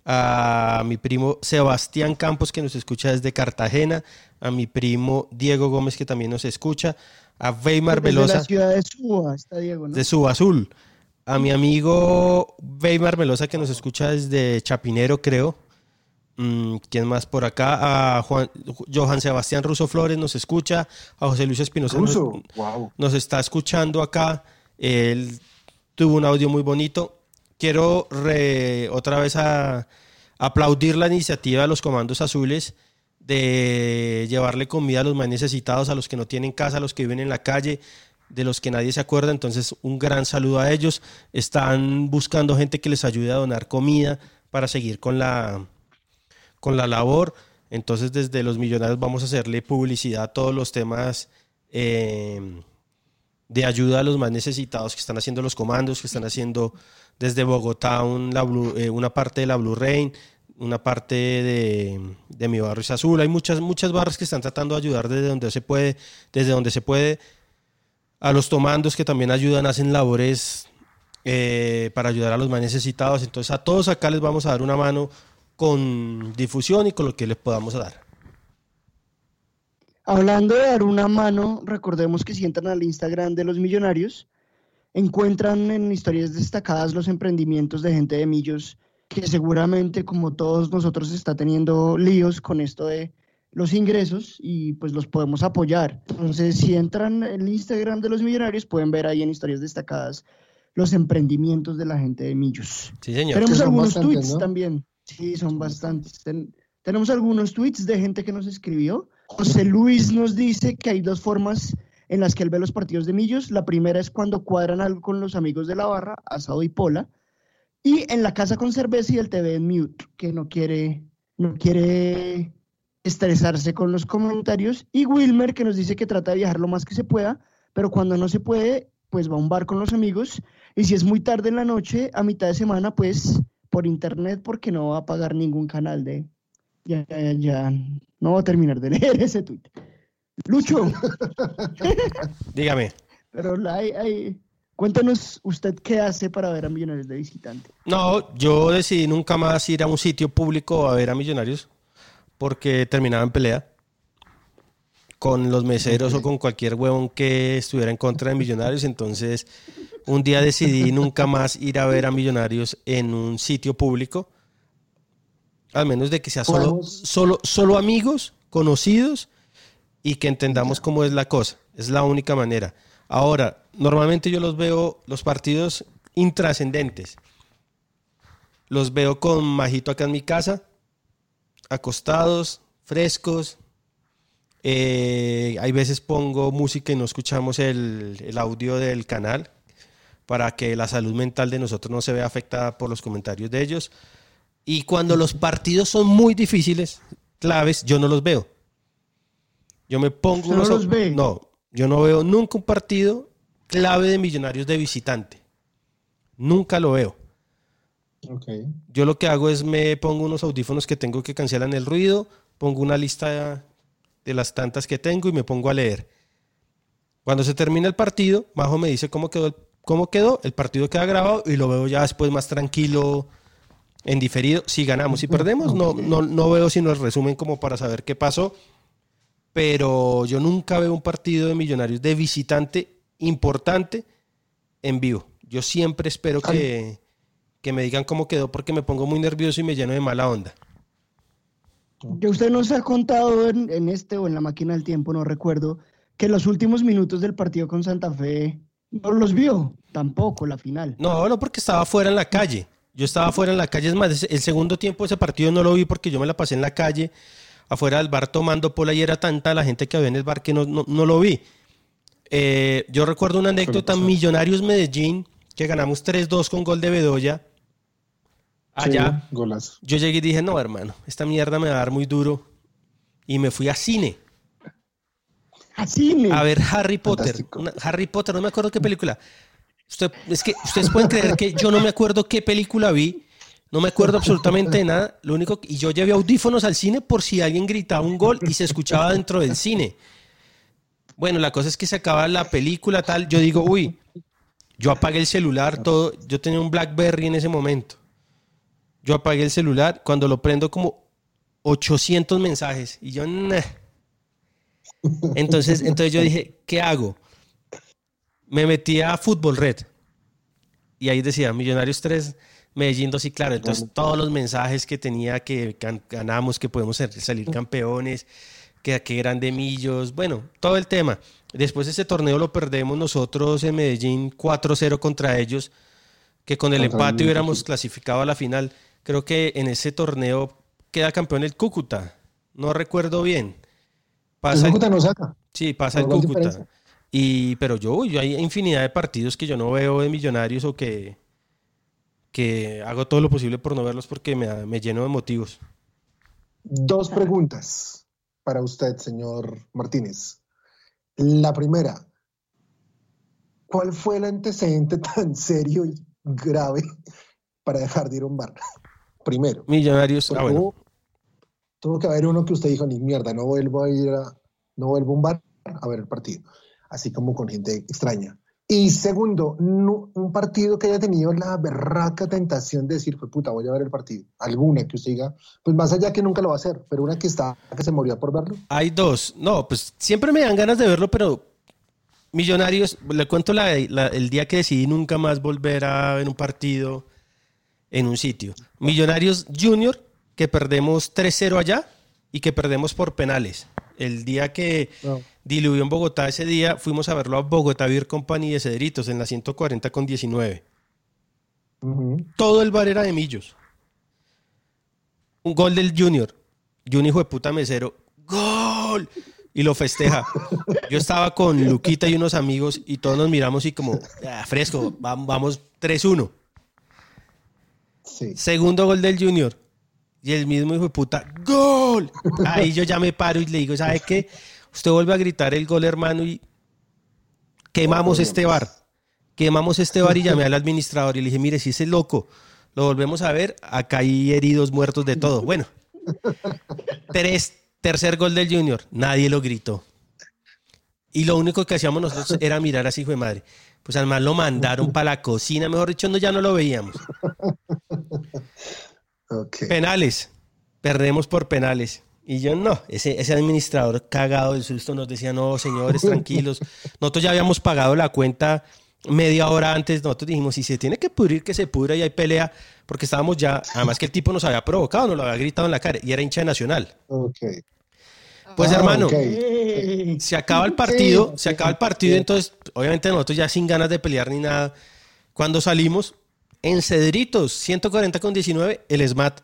a mi primo Sebastián Campos, que nos escucha desde Cartagena, a mi primo Diego Gómez, que también nos escucha, a Weimar Velosa. De la ciudad de Suba, está Diego, ¿no? De Suba Azul. A mi amigo Weimar Velosa, que nos escucha desde Chapinero, creo. ¿Quién más por acá? A Johan Sebastián Russo Flores nos escucha. A José Luis Espinosa nos está escuchando acá. Él tuvo un audio muy bonito. Quiero otra vez aplaudir la iniciativa de los Comandos Azules de llevarle comida a los más necesitados, a los que no tienen casa, a los que viven en la calle, de los que nadie se acuerda. Entonces, un gran saludo a ellos. Están buscando gente que les ayude a donar comida para seguir con la labor. Entonces, desde Los Millonarios vamos a hacerle publicidad a todos los temas de ayuda a los más necesitados que están haciendo los comandos, que están haciendo desde Bogotá una parte de la Blue Rain, una parte de Mi Barrio es Azul. Hay muchas barras que están tratando de ayudar desde donde se puede. A los tomandos que también ayudan, hacen labores para ayudar a los más necesitados. Entonces, a todos acá les vamos a dar una mano con difusión y con lo que les podamos dar. Hablando de dar una mano, recordemos que si entran al Instagram de Los Millonarios, encuentran en historias destacadas los emprendimientos de gente de Millos, que seguramente, como todos nosotros, está teniendo líos con esto de los ingresos y pues los podemos apoyar. Entonces, si entran en el Instagram de Los Millonarios, pueden ver ahí en historias destacadas los emprendimientos de la gente de Millos. Sí, señor. Tenemos algunos bastantes, tweets, ¿no? También. Sí, son bastantes. Tenemos algunos tweets de gente que nos escribió. José Luis nos dice que hay dos formas en las que él ve los partidos de Millos. La primera es cuando cuadran algo con los amigos de la barra, asado y pola, y en la casa con cerveza y el TV en mute, que no quiere estresarse con los comentarios. Y Wilmer, que nos dice que trata de viajar lo más que se pueda, pero cuando no se puede, pues va a un bar con los amigos, y si es muy tarde en la noche, a mitad de semana, pues por internet, porque no va a pagar ningún canal de... Ya, no voy a terminar de leer ese tweet. Lucho. Dígame. Pero cuéntanos usted qué hace para ver a Millonarios de visitante. No, yo decidí nunca más ir a un sitio público a ver a Millonarios porque terminaba en pelea con los meseros o con cualquier huevón que estuviera en contra de Millonarios. Entonces, un día decidí nunca más ir a ver a Millonarios en un sitio público, al menos de que sea solo amigos, conocidos, y que entendamos cómo es la cosa. Es la única manera. Ahora, normalmente yo los partidos intrascendentes, los veo con Majito acá en mi casa, acostados, frescos. Hay veces pongo música y no escuchamos el audio del canal para que la salud mental de nosotros no se vea afectada por los comentarios de ellos. Y cuando los partidos son muy difíciles, claves, yo no los veo. Yo me pongo ¿No los ve? No, yo no veo nunca un partido clave de Millonarios de visitante. Nunca lo veo. Okay. Yo lo que hago es me pongo unos audífonos que tengo que cancelan el ruido, pongo una lista de las tantas que tengo y me pongo a leer. Cuando se termina el partido, Majo me dice cómo quedó, el partido queda grabado y lo veo ya después más tranquilo, en diferido. Si ganamos, si perdemos, no veo sino el resumen como para saber qué pasó. Pero yo nunca veo un partido de Millonarios de visitante importante en vivo. Yo siempre espero que me digan cómo quedó porque me pongo muy nervioso y me lleno de mala onda. Que usted nos ha contado en este o en la máquina del tiempo, no recuerdo, que los últimos minutos del partido con Santa Fe no los vio, tampoco la final. No, porque estaba fuera en la calle. Yo estaba fuera en la calle, es más, el segundo tiempo de ese partido no lo vi porque yo me la pasé en la calle, afuera del bar tomando pola y era tanta la gente que había en el bar que no lo vi. Yo recuerdo una anécdota, Millonarios Medellín, que ganamos 3-2 con gol de Bedoya. Allá, sí, golazo. Yo llegué y dije, no, hermano, esta mierda me va a dar muy duro. Y me fui a cine. ¿A cine? A ver Harry Potter. Harry Potter, no me acuerdo qué película. Es que ustedes pueden creer que yo no me acuerdo qué película vi. No me acuerdo absolutamente de nada. Lo único y yo llevé audífonos al cine por si alguien gritaba un gol y se escuchaba dentro del cine. Bueno, la cosa es que se acaba la película, tal. Yo digo, uy, yo apagué el celular, todo. Yo tenía un BlackBerry en ese momento. Yo apagué el celular, cuando lo prendo como 800 mensajes y yo entonces yo dije, ¿qué hago? Me metí a Fútbol Red y ahí decía Millonarios 3, Medellín 2 y claro, entonces todos los mensajes que tenía, que ganamos, que podemos salir campeones, que grande Millos, bueno, todo el tema. Después ese torneo lo perdemos nosotros en Medellín 4-0 contra ellos, que con el empate hubiéramos clasificado a la final. Creo que en ese torneo queda campeón el Cúcuta, no recuerdo bien. El Cúcuta no saca. Sí, pasa el Cúcuta. Pero yo hay infinidad de partidos que yo no veo de Millonarios o que hago todo lo posible por no verlos porque me lleno de motivos. 2 preguntas para usted, señor Martínez. La primera, ¿cuál fue el antecedente tan serio y grave para dejar de ir a un bar? Primero. Millonarios, bueno. Tuvo que haber uno que usted dijo, ni mierda, no vuelvo a un bar a ver el partido. Así como con gente extraña. Y segundo, un partido que haya tenido la berraca tentación de decir, pues puta, voy a ver el partido. Alguna que usted diga, pues más allá que nunca lo va a hacer, pero una que se moría por verlo. Hay 2. No, pues siempre me dan ganas de verlo, pero Millonarios, le cuento el día que decidí nunca más volver a ver un partido en un sitio. Millonarios Junior, que perdemos 3-0 allá y que perdemos por penales. El día que diluyó en Bogotá, ese día fuimos a verlo a Bogotá Beer Company de Cedritos en la 140 con 19. Todo el bar era de Millos. Un gol del Junior. Y un hijo de puta mesero. ¡Gol! Y lo festeja. Yo estaba con Luquita y unos amigos y todos nos miramos y como, fresco, vamos 3-1. Sí. Segundo gol del Junior. Y el mismo hijo de puta, ¡gol! Ahí yo ya me paro y le digo, ¿sabe qué? Usted vuelve a gritar el gol, hermano, y quemamos este bar. Quemamos este bar y llamé al administrador y le dije, mire, si ese loco lo volvemos a ver, acá hay heridos, muertos, de todo. Bueno, tercer gol del Junior, nadie lo gritó. Y lo único que hacíamos nosotros era mirar así, hijo de madre. Pues además lo mandaron para la cocina, mejor dicho, ya no lo veíamos. Okay. Penales, perdemos por penales. Y yo no, ese administrador cagado del susto nos decía, no, señores, tranquilos. Nosotros ya habíamos pagado la cuenta media hora antes. Nosotros dijimos, si se tiene que pudrir, que se pudra y hay pelea, porque estábamos ya, además que el tipo nos había provocado, nos lo había gritado en la cara y era hincha de Nacional. Okay. Pues hermano, se acaba el partido, entonces obviamente nosotros ya sin ganas de pelear ni nada. Cuando salimos, en Cedritos, 140 con 19, el SMAT.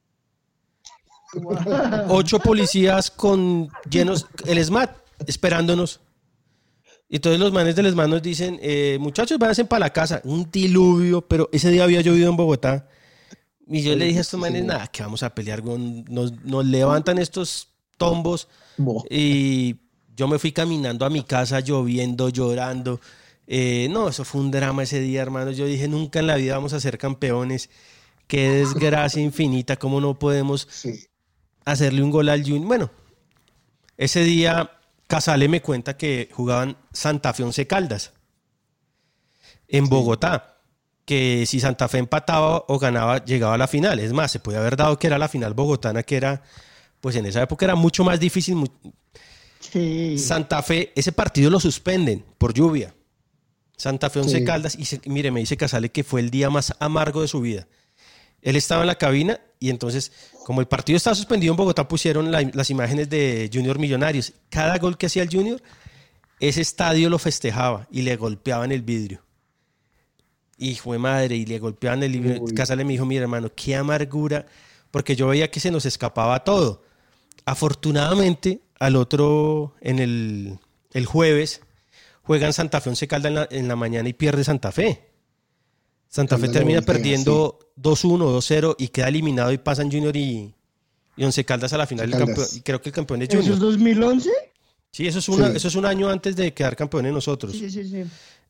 8 policías llenos, el SMAT, esperándonos. Y entonces los manes del SMAT nos dicen, muchachos, váyanse para la casa. Un diluvio, pero ese día había llovido en Bogotá. Y yo le dije a estos manes, nada, que vamos a pelear, nos levantan estos tombos. Y yo me fui caminando a mi casa, lloviendo, llorando. No, eso fue un drama ese día, hermano. Yo dije, nunca en la vida vamos a ser campeones. Qué desgracia infinita, cómo no podemos hacerle un gol al Junior. Bueno, ese día Casale me cuenta que jugaban Santa Fe Once Caldas en Bogotá, que si Santa Fe empataba o ganaba, llegaba a la final. Es más, se podía haber dado que era la final bogotana, que era, pues en esa época era mucho más difícil. Sí. Santa Fe, ese partido lo suspenden por lluvia. Santa Fe Once Caldas, y mire, me dice Casale que fue el día más amargo de su vida. Él estaba en la cabina y entonces, como el partido estaba suspendido en Bogotá, pusieron las imágenes de Junior Millonarios. Cada gol que hacía el Junior, ese estadio lo festejaba y le golpeaban el vidrio. Hijo de madre, y le golpeaban el vidrio. Casale me dijo, mira hermano, qué amargura, porque yo veía que se nos escapaba todo. Afortunadamente, en el jueves, juegan Santa Fe Once Caldas en la mañana y pierde Santa Fe. Santa Fe termina perdiendo 2-1, 2-0 y queda eliminado y pasan Junior y Once Caldas a la final del campeón. Y creo que el campeón es Junior. ¿Eso es 2011? Sí, eso es un año antes de quedar campeones nosotros. Sí.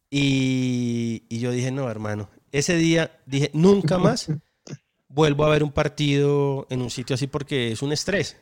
Y yo dije, no, hermano. Ese día dije, nunca más vuelvo a ver un partido en un sitio así porque es un estrés.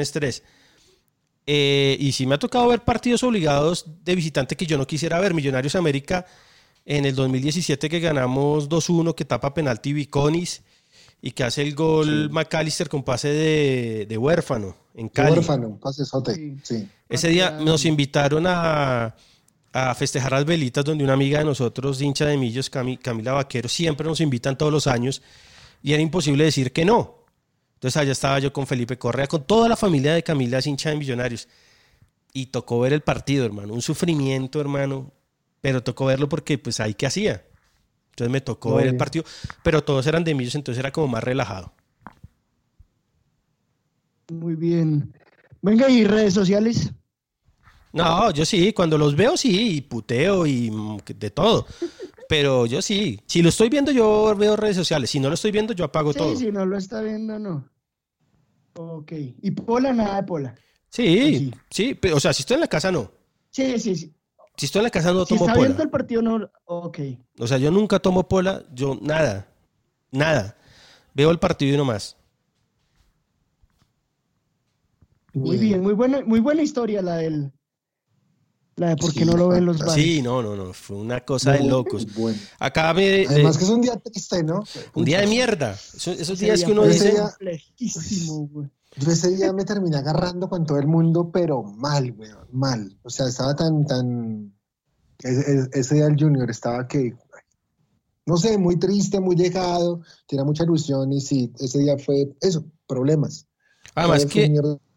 Y sí me ha tocado ver partidos obligados de visitante que yo no quisiera ver. Millonarios América en el 2017 que ganamos 2-1, que tapa penalti Viconis, y que hace el gol McAllister con pase de huérfano en Cali. Huérfano, pasesote, sí. Ese día nos invitaron a festejar las velitas donde una amiga de nosotros, hincha de Millos, Camila Vaquero, siempre nos invitan todos los años y era imposible decir que no. Entonces allá estaba yo con Felipe Correa, con toda la familia de Camila, es hincha de Millonarios. Y tocó ver el partido, hermano. Un sufrimiento, hermano. Pero tocó verlo porque, pues, ahí qué hacía. Entonces me tocó ver el partido. Pero todos eran de Millos, entonces era como más relajado. Muy bien. Venga, ¿y redes sociales? No, yo sí. Cuando los veo, sí. Y puteo y de todo. Pero yo sí. Si lo estoy viendo, yo veo redes sociales. Si no lo estoy viendo, yo apago todo. Sí, si no lo está viendo, no. Ok. ¿Y Pola? Nada de Pola. Sí, pero, o sea, si estoy en la casa, no. Sí. Si estoy en la casa, no tomo pola. Si está pola. viendo el partido, no. Ok. O sea, yo nunca tomo pola, yo nada. Veo el partido y no más. Muy bien, muy buena historia la de por qué no lo ven los bares. Sí, no, fue una cosa de locos. Bueno. Acá además que es un día triste, ¿no? Un día de mierda. Esos días que uno dice... Yo ese día me terminé agarrando con todo el mundo, pero mal, güey, mal. O sea, estaba tan... Ese día el Junior estaba que... No sé, muy triste, muy llegado, tenía mucha ilusión y sí, ese día fue eso, problemas. Además que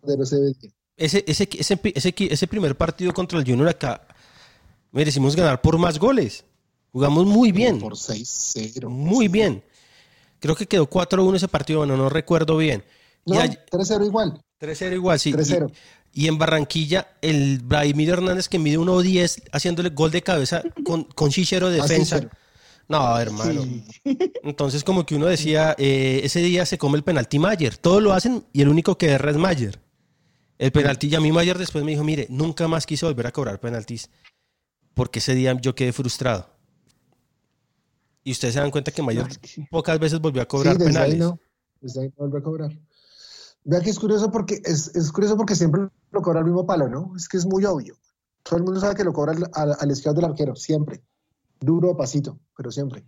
ese primer partido contra el Junior acá merecimos ganar por más goles. Jugamos muy bien. Por 6-0. Muy bien. Creo que quedó 4-1 ese partido, bueno, no recuerdo bien. No, 3-0 igual. 3-0 igual, sí. 3-0. Y en Barranquilla, el Vladimir Hernández que mide 1.10 haciéndole gol de cabeza con Chichero de defensa. No, hermano. Sí. Entonces como que uno decía, ese día se come el penalti Mayer. Todos lo hacen y el único que erra es Mayer. El penalti, y a mí Mayer después me dijo, mire, nunca más quise volver a cobrar penaltis porque ese día yo quedé frustrado. Y ustedes se dan cuenta que Mayer pocas veces volvió a cobrar penales. Desde ahí no volvió a cobrar. Vea que es curioso porque siempre lo cobra al mismo palo, ¿no? Es que es muy obvio. Todo el mundo sabe que lo cobra al izquierdo del arquero, siempre. Duro o pasito, pero siempre.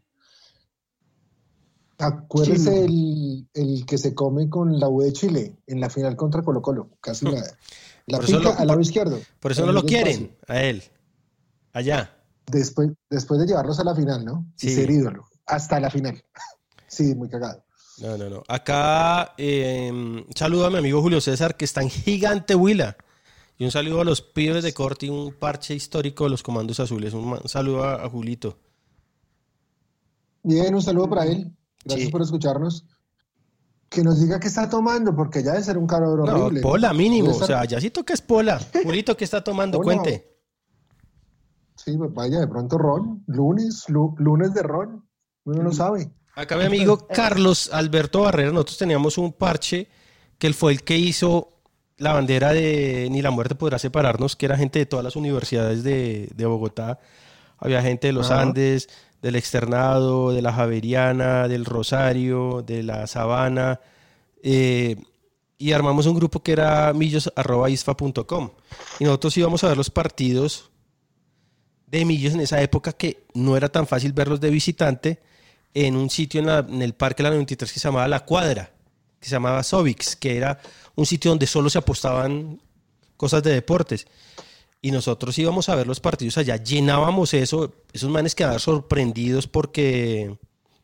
Acuérdese el que se come con la U de Chile en la final contra Colo-Colo, casi nada. La pica al lado izquierdo. Por eso no lo quieren a él, allá. Después de llevarlos a la final, ¿no? Sí. Y ser ídolo, hasta la final. Sí, muy cagado. No. Acá, saludo a mi amigo Julio César, que está en Gigante Huila. Y un saludo a los pibes de Corti, un parche histórico de los Comandos Azules. Un saludo a Julito. Bien, un saludo para él. Gracias por escucharnos. Que nos diga qué está tomando, porque ya debe ser un calor horrible. No, pola mínimo. O sea, ya sí toca es pola. Julito, ¿qué está tomando? Cuente. Sí, vaya, de pronto ron. Lunes de ron. Uno no sabe. Acá mi amigo Carlos Alberto Barrera, nosotros teníamos un parche que él fue el que hizo la bandera de Ni la muerte podrá separarnos, que era gente de todas las universidades de Bogotá. Había gente de los Andes, del Externado, de la Javeriana, del Rosario, de la Sabana, y armamos un grupo que era millos@isfa.com, y nosotros íbamos a ver los partidos de Millos en esa época, que no era tan fácil verlos de visitante, en un sitio en el Parque de la 93 que se llamaba La Cuadra, que se llamaba Sobix, que era un sitio donde solo se apostaban cosas de deportes. Y nosotros íbamos a ver los partidos allá, llenábamos eso, esos manes quedaban sorprendidos porque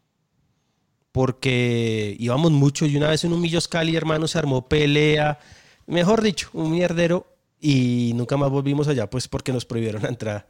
íbamos mucho, y una vez en un Millos Cali, hermano, se armó pelea, mejor dicho, un mierdero, y nunca más volvimos allá, pues porque nos prohibieron la entrada.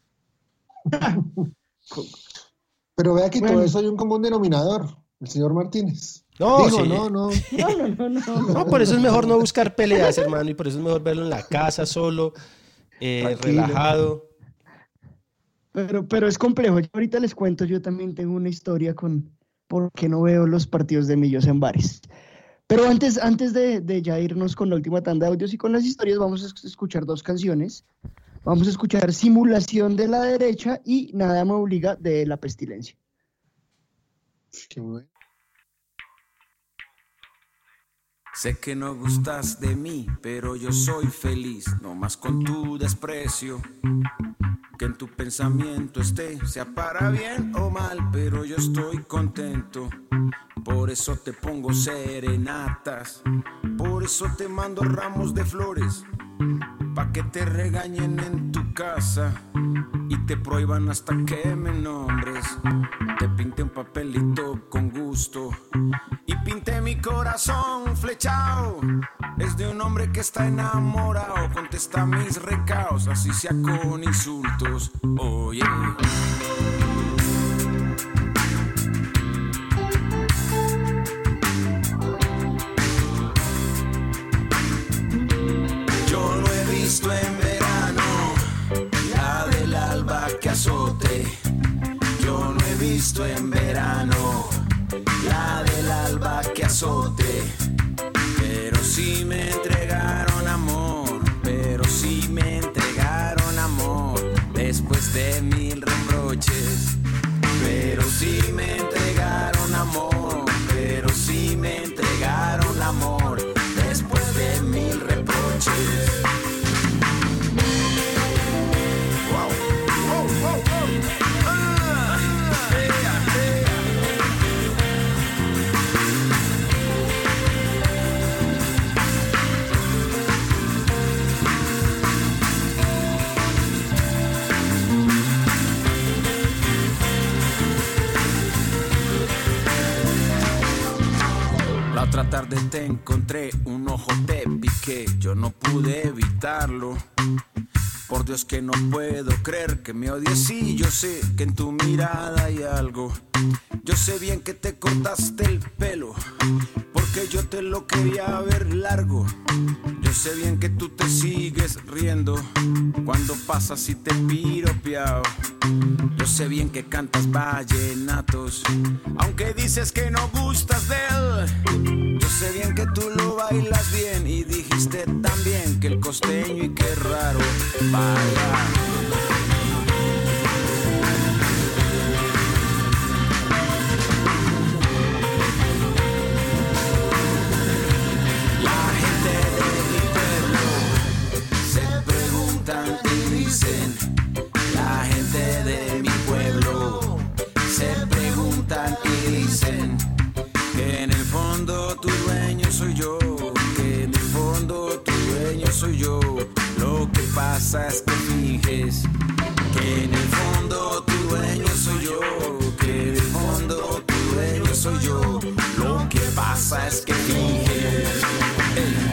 Pero vea que todo eso hay un común denominador, el señor Martínez. No, digo, sí. No, por eso es mejor no buscar peleas, hermano, y por eso es mejor verlo en la casa solo, relajado. Pero es complejo. Yo ahorita les cuento, yo también tengo una historia con por qué no veo los partidos de Millos en bares. Pero antes de ya irnos con la última tanda de audios y con las historias, vamos a escuchar dos canciones. Vamos a escuchar Simulación de la Derecha y Nada me obliga de La Pestilencia. Qué bueno. Sé que no gustas de mí, pero yo soy feliz, no más con tu desprecio. que en tu pensamiento esté, sea para bien o mal, pero yo estoy contento. Por eso te pongo serenatas, por eso te mando ramos de flores, pa' que te regañen en tu casa y te prohíban hasta que me nombres. Te pinté un papelito con gusto y pinté mi corazón flechado. Es de un hombre que está enamorado, contesta mis recaos, así sea con insultos. Oye, yo no he visto en verano la del alba que azote. Yo no he visto en verano la del alba que azote. Pero sí me entregaron amor, pero sí me entregaron amor, después de 1000 reproches. Pero sí me entregaron amor, pero sí me entregaron amor, después de 1000 reproches. Wow, wow, wow, wow. La otra tarde te encontré, un ojo te piqué, yo no pude evitarlo. Por Dios que no puedo creer que me odies y yo sé que en tu mirada hay algo. Yo sé bien que te cortaste el pelo, porque yo te lo quería ver largo. Yo sé bien que tú te sigues riendo cuando pasas y te piropeao. Yo sé bien que cantas vallenatos, aunque dices que no gustas de él. Yo sé bien que tú lo bailas bien y dijiste también que el costeño y qué raro baila. Y dicen, la gente de mi pueblo se preguntan y dicen que en el fondo tu dueño soy yo, que en el fondo tu dueño soy yo. Lo que pasa es que finges que en el fondo tu dueño soy yo, que en el fondo tu dueño soy yo. Lo que pasa es que finges. Hey.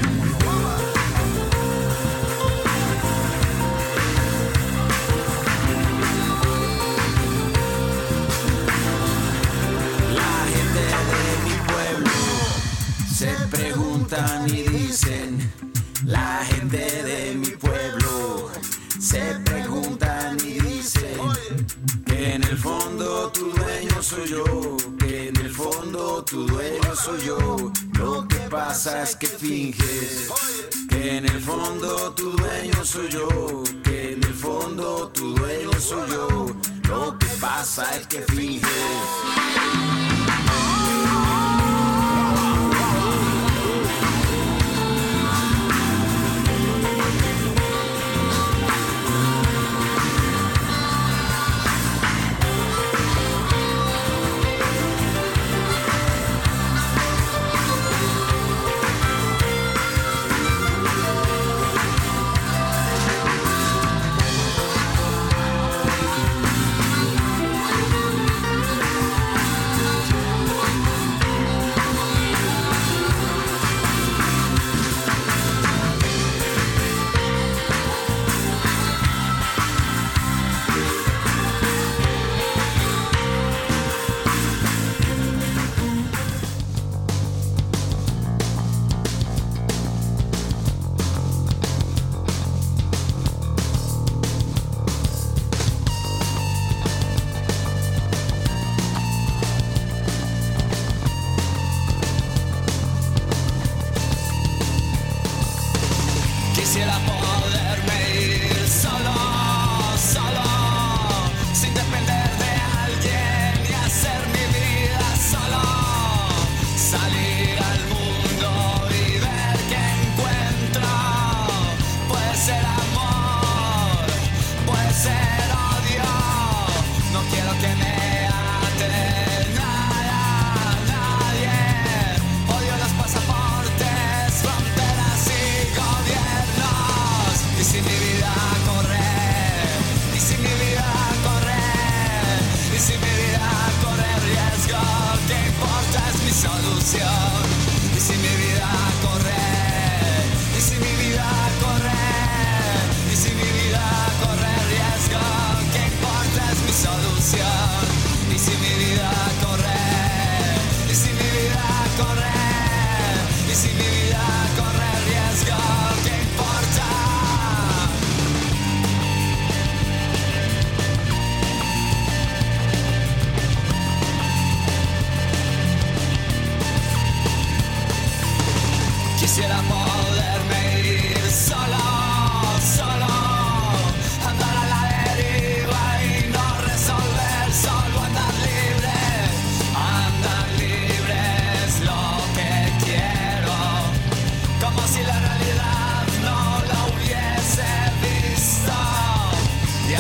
Se preguntan y dicen, la gente de mi pueblo se preguntan y dicen que en el fondo tu dueño soy yo, que en el fondo tu dueño soy yo. Lo que pasa es que finges que en el fondo tu dueño soy yo, que en el fondo tu dueño soy yo. Lo que pasa es que finges.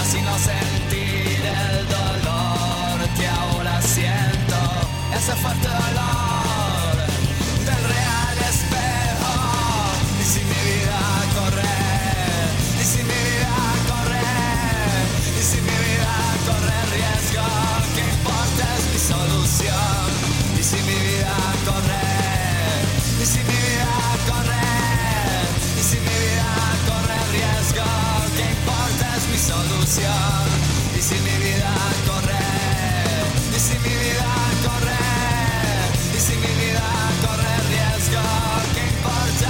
casi no sentir el dolor que ahora siento, ese fuerte dolor del real espejo. Y si mi vida corre, y si mi vida corre, y si mi vida corre riesgo, que importa es mi solución. Y si mi vida corre, y si mi vida corre, y si mi vida corre riesgo, que importa es mi solución. Y si mi vida corre, y si mi vida corre, y si mi vida corre riesgo, ¿qué importa?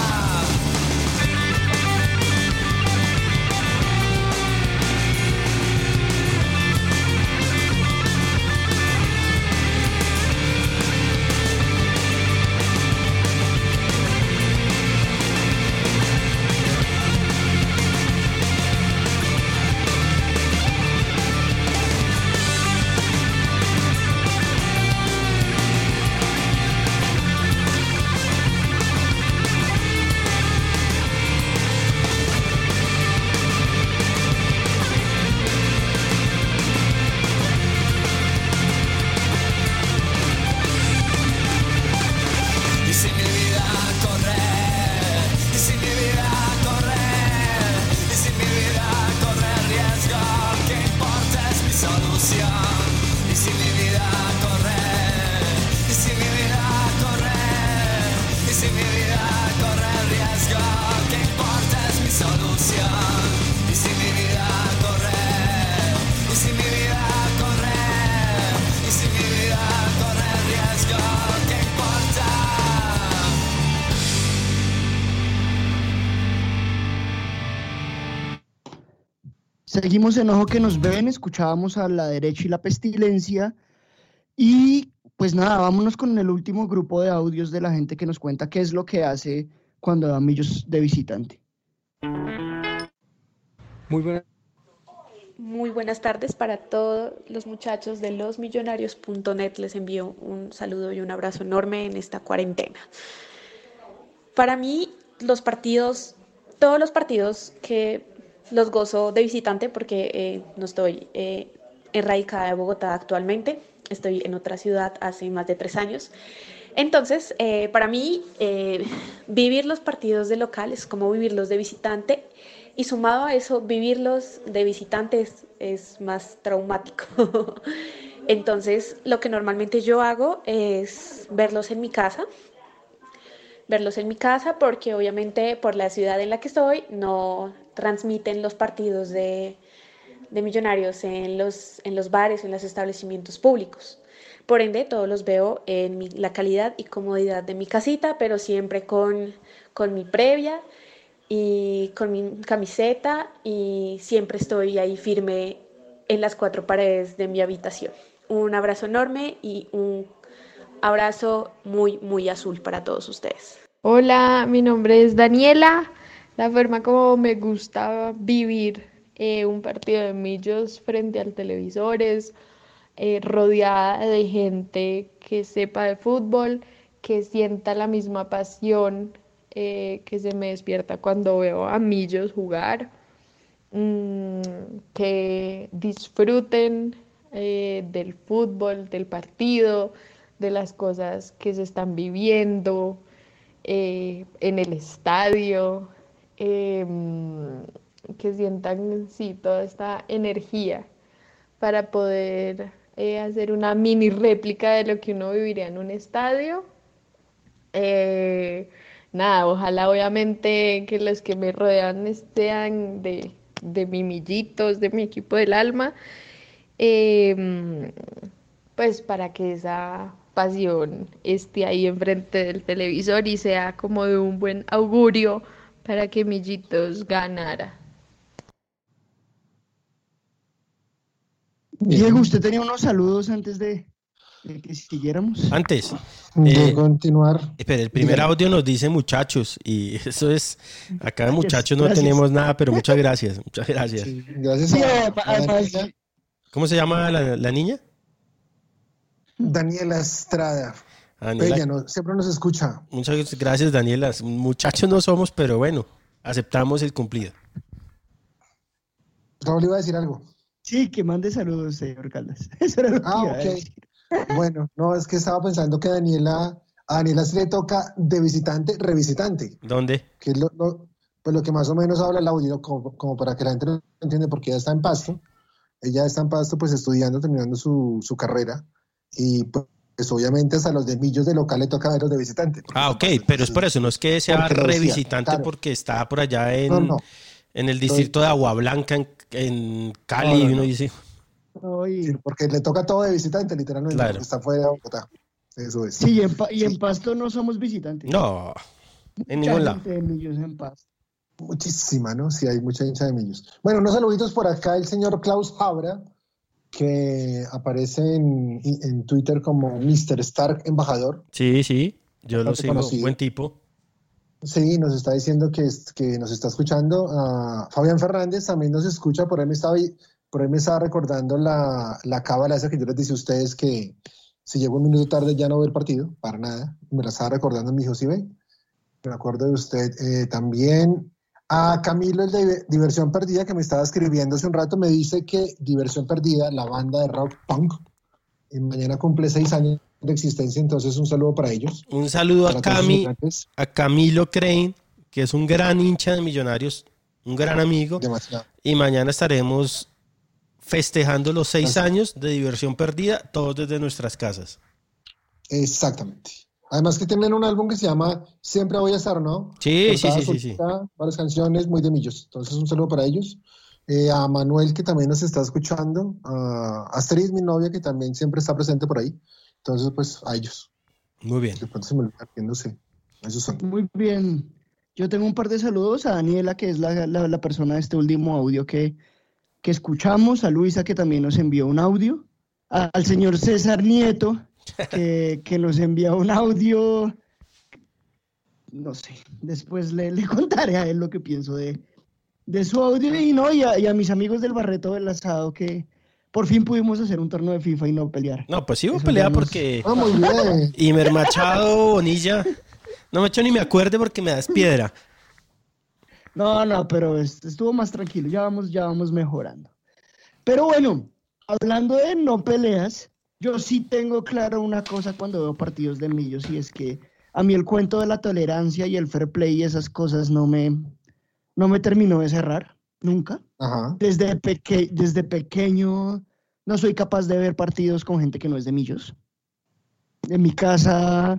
Seguimos en Ojo que nos ven, escuchábamos a La Derecha y La Pestilencia y pues nada, vámonos con el último grupo de audios de la gente que nos cuenta qué es lo que hace cuando va a Millos de visitante. Muy buenas tardes para todos los muchachos de losmillonarios.net. Les envío un saludo y un abrazo enorme en esta cuarentena. Para mí, todos los partidos que los gozo de visitante porque no estoy erradicada de Bogotá actualmente, estoy en otra ciudad hace más de 3 años. Entonces, para mí, vivir los partidos de local es como vivirlos de visitante, y sumado a eso, vivirlos de visitante es más traumático. Entonces, lo que normalmente yo hago es verlos en mi casa porque obviamente por la ciudad en la que estoy no transmiten los partidos de Millonarios en los bares, en los establecimientos públicos. Por ende, todos los veo en la calidad y comodidad de mi casita, pero siempre con mi previa y con mi camiseta, y siempre estoy ahí firme en las 4 paredes de mi habitación. Un abrazo enorme y un abrazo muy, muy azul para todos ustedes. Hola, mi nombre es Daniela. La forma como me gusta vivir un partido de Millos frente al televisor es rodeada de gente que sepa de fútbol, que sienta la misma pasión que se me despierta cuando veo a Millos jugar, que disfruten del fútbol, del partido, de las cosas que se están viviendo en el estadio, que sientan sí, toda esta energía para poder hacer una mini réplica de lo que uno viviría en un estadio. Nada, ojalá obviamente que los que me rodean sean de mimillitos, de mi equipo del alma, pues para que esa pasión esté ahí enfrente del televisor y sea como de un buen augurio para que Millitos ganara. Diego, usted tenía unos saludos antes de que siguiéramos. Antes de continuar. Pero el primer audio nos dice muchachos, y eso es, acá de muchachos no tenemos nada, pero muchas gracias. Sí, gracias a ¿Cómo se llama la niña? Daniela Estrada. Ella siempre nos escucha. Muchas gracias, Daniela. Muchachos no somos, pero bueno, aceptamos el cumplido. Raúl iba a decir algo. Sí, que mande saludos, señor Caldas. Eso era lo que iba a decir. Bueno, no, es que estaba pensando que a Daniela se le toca de visitante, revisitante. ¿Dónde? Que es pues lo que más o menos habla el audio, como para que la gente no entiende, porque ella está en Pasto. Ella está en Pasto, pues estudiando, terminando su carrera. Y pues obviamente hasta los de Millos de local le toca verlos de visitante. Ok, pero es por eso, no es que sea revisitante, claro, porque está por allá en el distrito de Agua Blanca, en Cali, y uno dice... Sí, porque le toca todo de visitante, literalmente, claro, porque está fuera de Bogotá. Eso es. Sí, y en Pasto no somos visitantes. No, en ningún lado. De Millos en Pasto. Muchísima, ¿no? Sí, hay mucha hincha de Millos. Bueno, unos saluditos por acá, el señor Klaus Habra, que aparece en Twitter como Mr. Stark Embajador. Sí, yo lo sigo, buen tipo. Sí, nos está diciendo que nos está escuchando. Fabián Fernández también nos escucha, por ahí me estaba recordando la cábala esa que yo les decía a ustedes, que si llego un minuto tarde ya no veo el partido, para nada. Me la estaba recordando, me dijo, sí ve, me acuerdo de usted. También a Camilo, el de Diversión Perdida, que me estaba escribiendo hace un rato, me dice que Diversión Perdida, la banda de rock punk, mañana cumple 6 años de existencia, entonces un saludo para ellos. Un saludo a Camilo Crane, que es un gran hincha de Millonarios, un gran amigo. Demasiado. Y mañana estaremos festejando los 6 años de Diversión Perdida, todos desde nuestras casas. Exactamente. Además que tienen un álbum que se llama Siempre Voy a Estar, ¿no? Sí. Varias canciones muy de Millos. Entonces un saludo para ellos. A Manuel, que también nos está escuchando. A Astrid, mi novia, que también siempre está presente por ahí. Entonces, pues, a ellos. Muy bien. De pronto se me olvida, no sé. Esos son. Muy bien. Yo tengo un par de saludos a Daniela, que es la persona de este último audio que escuchamos, a Luisa, que también nos envió un audio, al señor César Nieto, que nos envía un audio. No sé, después le contaré a él lo que pienso de su audio, y a mis amigos del Barreto del Asado, que por fin pudimos hacer un torneo de FIFA y no pelear. No, pues sí hubo pelea porque... muy bien. Imer Machado, Bonilla, no me echo ni me acuerde porque me das piedra. No, pero estuvo más tranquilo, ya vamos mejorando. Pero bueno, hablando de no peleas, yo sí tengo claro una cosa cuando veo partidos de Millos, y es que a mí el cuento de la tolerancia y el fair play y esas cosas no me terminó de cerrar, nunca. Ajá. Desde pequeño no soy capaz de ver partidos con gente que no es de Millos. En mi casa,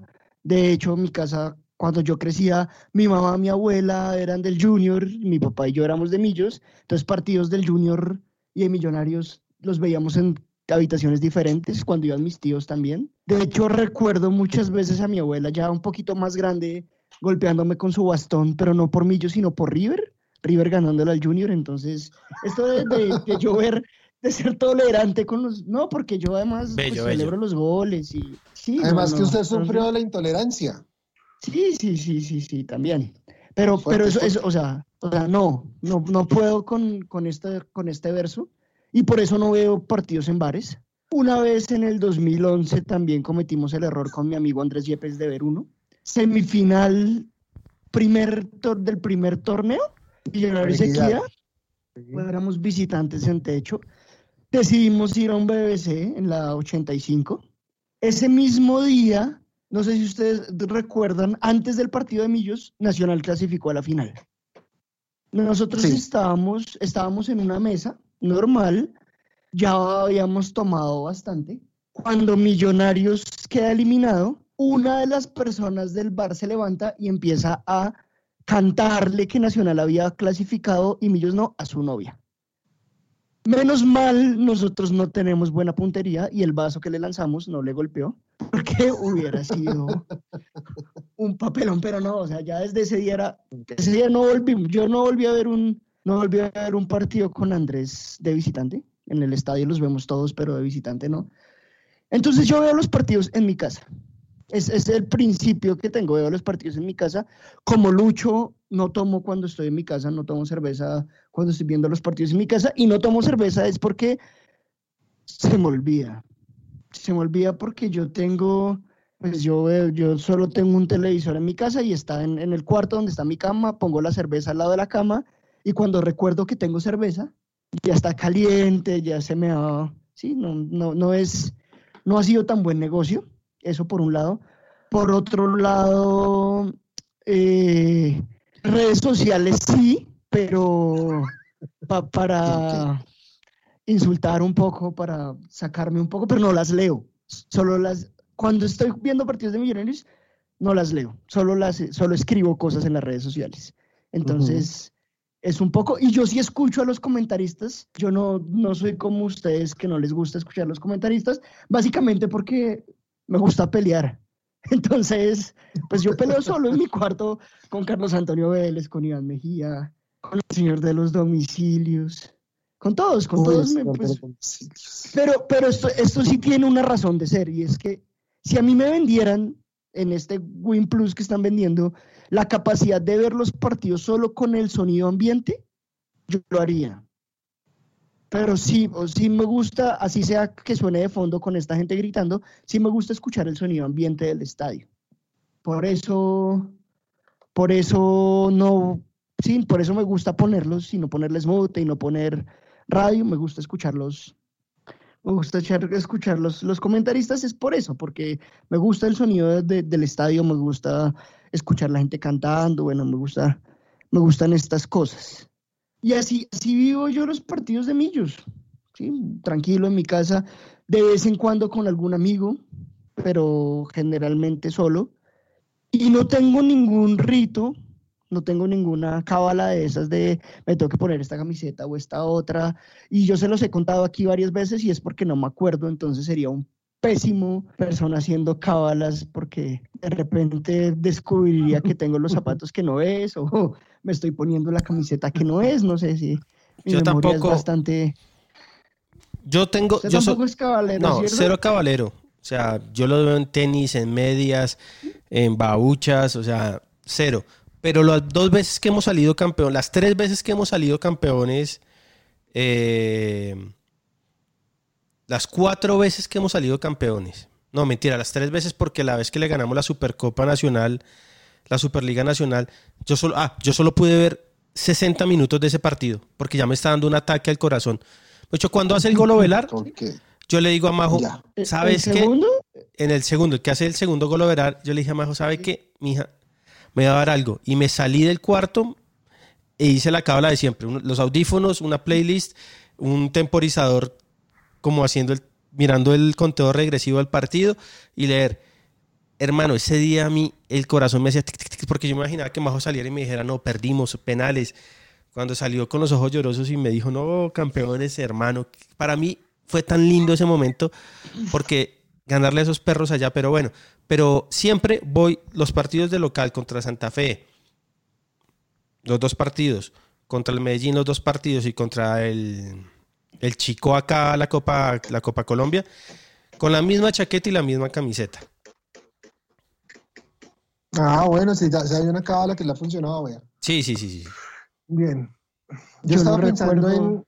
cuando yo crecía, mi mamá, mi abuela eran del Junior, mi papá y yo éramos de Millos, entonces partidos del Junior y de Millonarios los veíamos en habitaciones diferentes, cuando iban mis tíos también. De hecho, recuerdo muchas veces a mi abuela, ya un poquito más grande, golpeándome con su bastón, pero no por Millos, sino por River ganándole al Junior. Entonces, esto de yo de ser tolerante con los... No, porque yo además celebro los goles. Además que usted sufrió la intolerancia. Sí, también. Pero eso, o sea, no puedo con este verso, y por eso no veo partidos en bares. Una vez en el 2011 también cometimos el error con mi amigo Andrés Yepes de ver uno. Semifinal del primer torneo, Millonarios Equidad. Éramos visitantes en techo. Decidimos ir a un BBC en la 85. Ese mismo día, no sé si ustedes recuerdan, antes del partido de Millos, Nacional clasificó a la final. Nosotros estábamos en una mesa normal, ya habíamos tomado bastante. Cuando Millonarios queda eliminado, una de las personas del bar se levanta y empieza a cantarle que Nacional había clasificado y Millos no, a su novia. Menos mal, nosotros no tenemos buena puntería y el vaso que le lanzamos no le golpeó, porque hubiera sido un papelón, pero no, o sea, ya desde ese día yo no volví a ver un partido con Andrés de visitante. En el estadio los vemos todos, pero de visitante no. Entonces yo veo los partidos en mi casa. Es el principio que tengo, veo los partidos en mi casa. Como Lucho, no tomo cuando estoy en mi casa, no tomo cerveza cuando estoy viendo los partidos en mi casa, y no tomo cerveza es porque se me olvida porque yo solo tengo un televisor en mi casa y está en el cuarto donde está mi cama, pongo la cerveza al lado de la cama, y cuando recuerdo que tengo cerveza, ya está caliente, ya se me ha... Sí, no ha sido tan buen negocio, eso por un lado. Por otro lado, redes sociales sí, pero para insultar un poco, para sacarme un poco, pero no las leo. Cuando estoy viendo partidos de Millonarios, no las leo, solo escribo cosas en las redes sociales. Entonces, es un poco, y yo sí escucho a los comentaristas, yo no soy como ustedes que no les gusta escuchar a los comentaristas, básicamente porque me gusta pelear. Entonces, pues yo peleo solo en mi cuarto con Carlos Antonio Vélez, con Iván Mejía, con el señor de los domicilios, con todos. Pero esto sí tiene una razón de ser, y es que si a mí me vendieran en este Win Plus que están vendiendo la capacidad de ver los partidos solo con el sonido ambiente, yo lo haría. Pero sí me gusta, así sea que suene de fondo con esta gente gritando, sí me gusta escuchar el sonido ambiente del estadio. Por eso me gusta ponerlos y no ponerles mute y no poner radio, me gusta escucharlos. Me gusta escuchar los comentaristas, es por eso, porque me gusta el sonido del estadio, me gusta escuchar la gente cantando, bueno, me gustan estas cosas. Y así vivo yo los partidos de Millos, ¿sí? Tranquilo en mi casa, de vez en cuando con algún amigo, pero generalmente solo. Y no tengo ningún rito, no tengo ninguna cábala de esas de me tengo que poner esta camiseta o esta otra. Y yo se los he contado aquí varias veces y es porque no me acuerdo, entonces sería un pésimo persona haciendo cábalas porque de repente descubriría que tengo los zapatos que no es o me estoy poniendo la camiseta que no es, no sé si mi yo memoria tampoco, es bastante... ¿Usted tampoco es caballero, no, ¿cierto? Cero caballero. O sea, yo lo veo en tenis, en medias, en babuchas, o sea, cero. Pero las 2 veces que hemos salido campeón, las 3 veces que hemos salido campeones, las 4 veces que hemos salido campeones. No, mentira, las 3 veces porque la vez que le ganamos la Supercopa Nacional, la Superliga Nacional, yo solo pude ver 60 minutos de ese partido porque ya me está dando un ataque al corazón. De hecho, cuando hace el gol Ovelar, yo le digo a Majo, ¿sabes qué? En el segundo, el que hace el segundo gol Ovelar, yo le dije a Majo, ¿sabe qué? Mija, me va a dar algo. Y me salí del cuarto e hice la cábala de siempre. Los audífonos, una playlist, un temporizador como mirando el conteo regresivo del partido y leer. Hermano, ese día a mí el corazón me hacía tic, tic, tic, porque yo me imaginaba que Majo saliera y me dijera, no, perdimos, penales. Cuando salió con los ojos llorosos y me dijo, no, campeones, hermano. Para mí fue tan lindo ese momento porque ganarle a esos perros allá, pero bueno. Pero siempre voy los partidos de local contra Santa Fe, los 2 partidos, contra el Medellín los 2 partidos y contra el Chico acá, la Copa Colombia, con la misma chaqueta y la misma camiseta. Ah, bueno, si hay una cábala que le ha funcionado, vea. Sí. Bien. Yo estaba pensando en...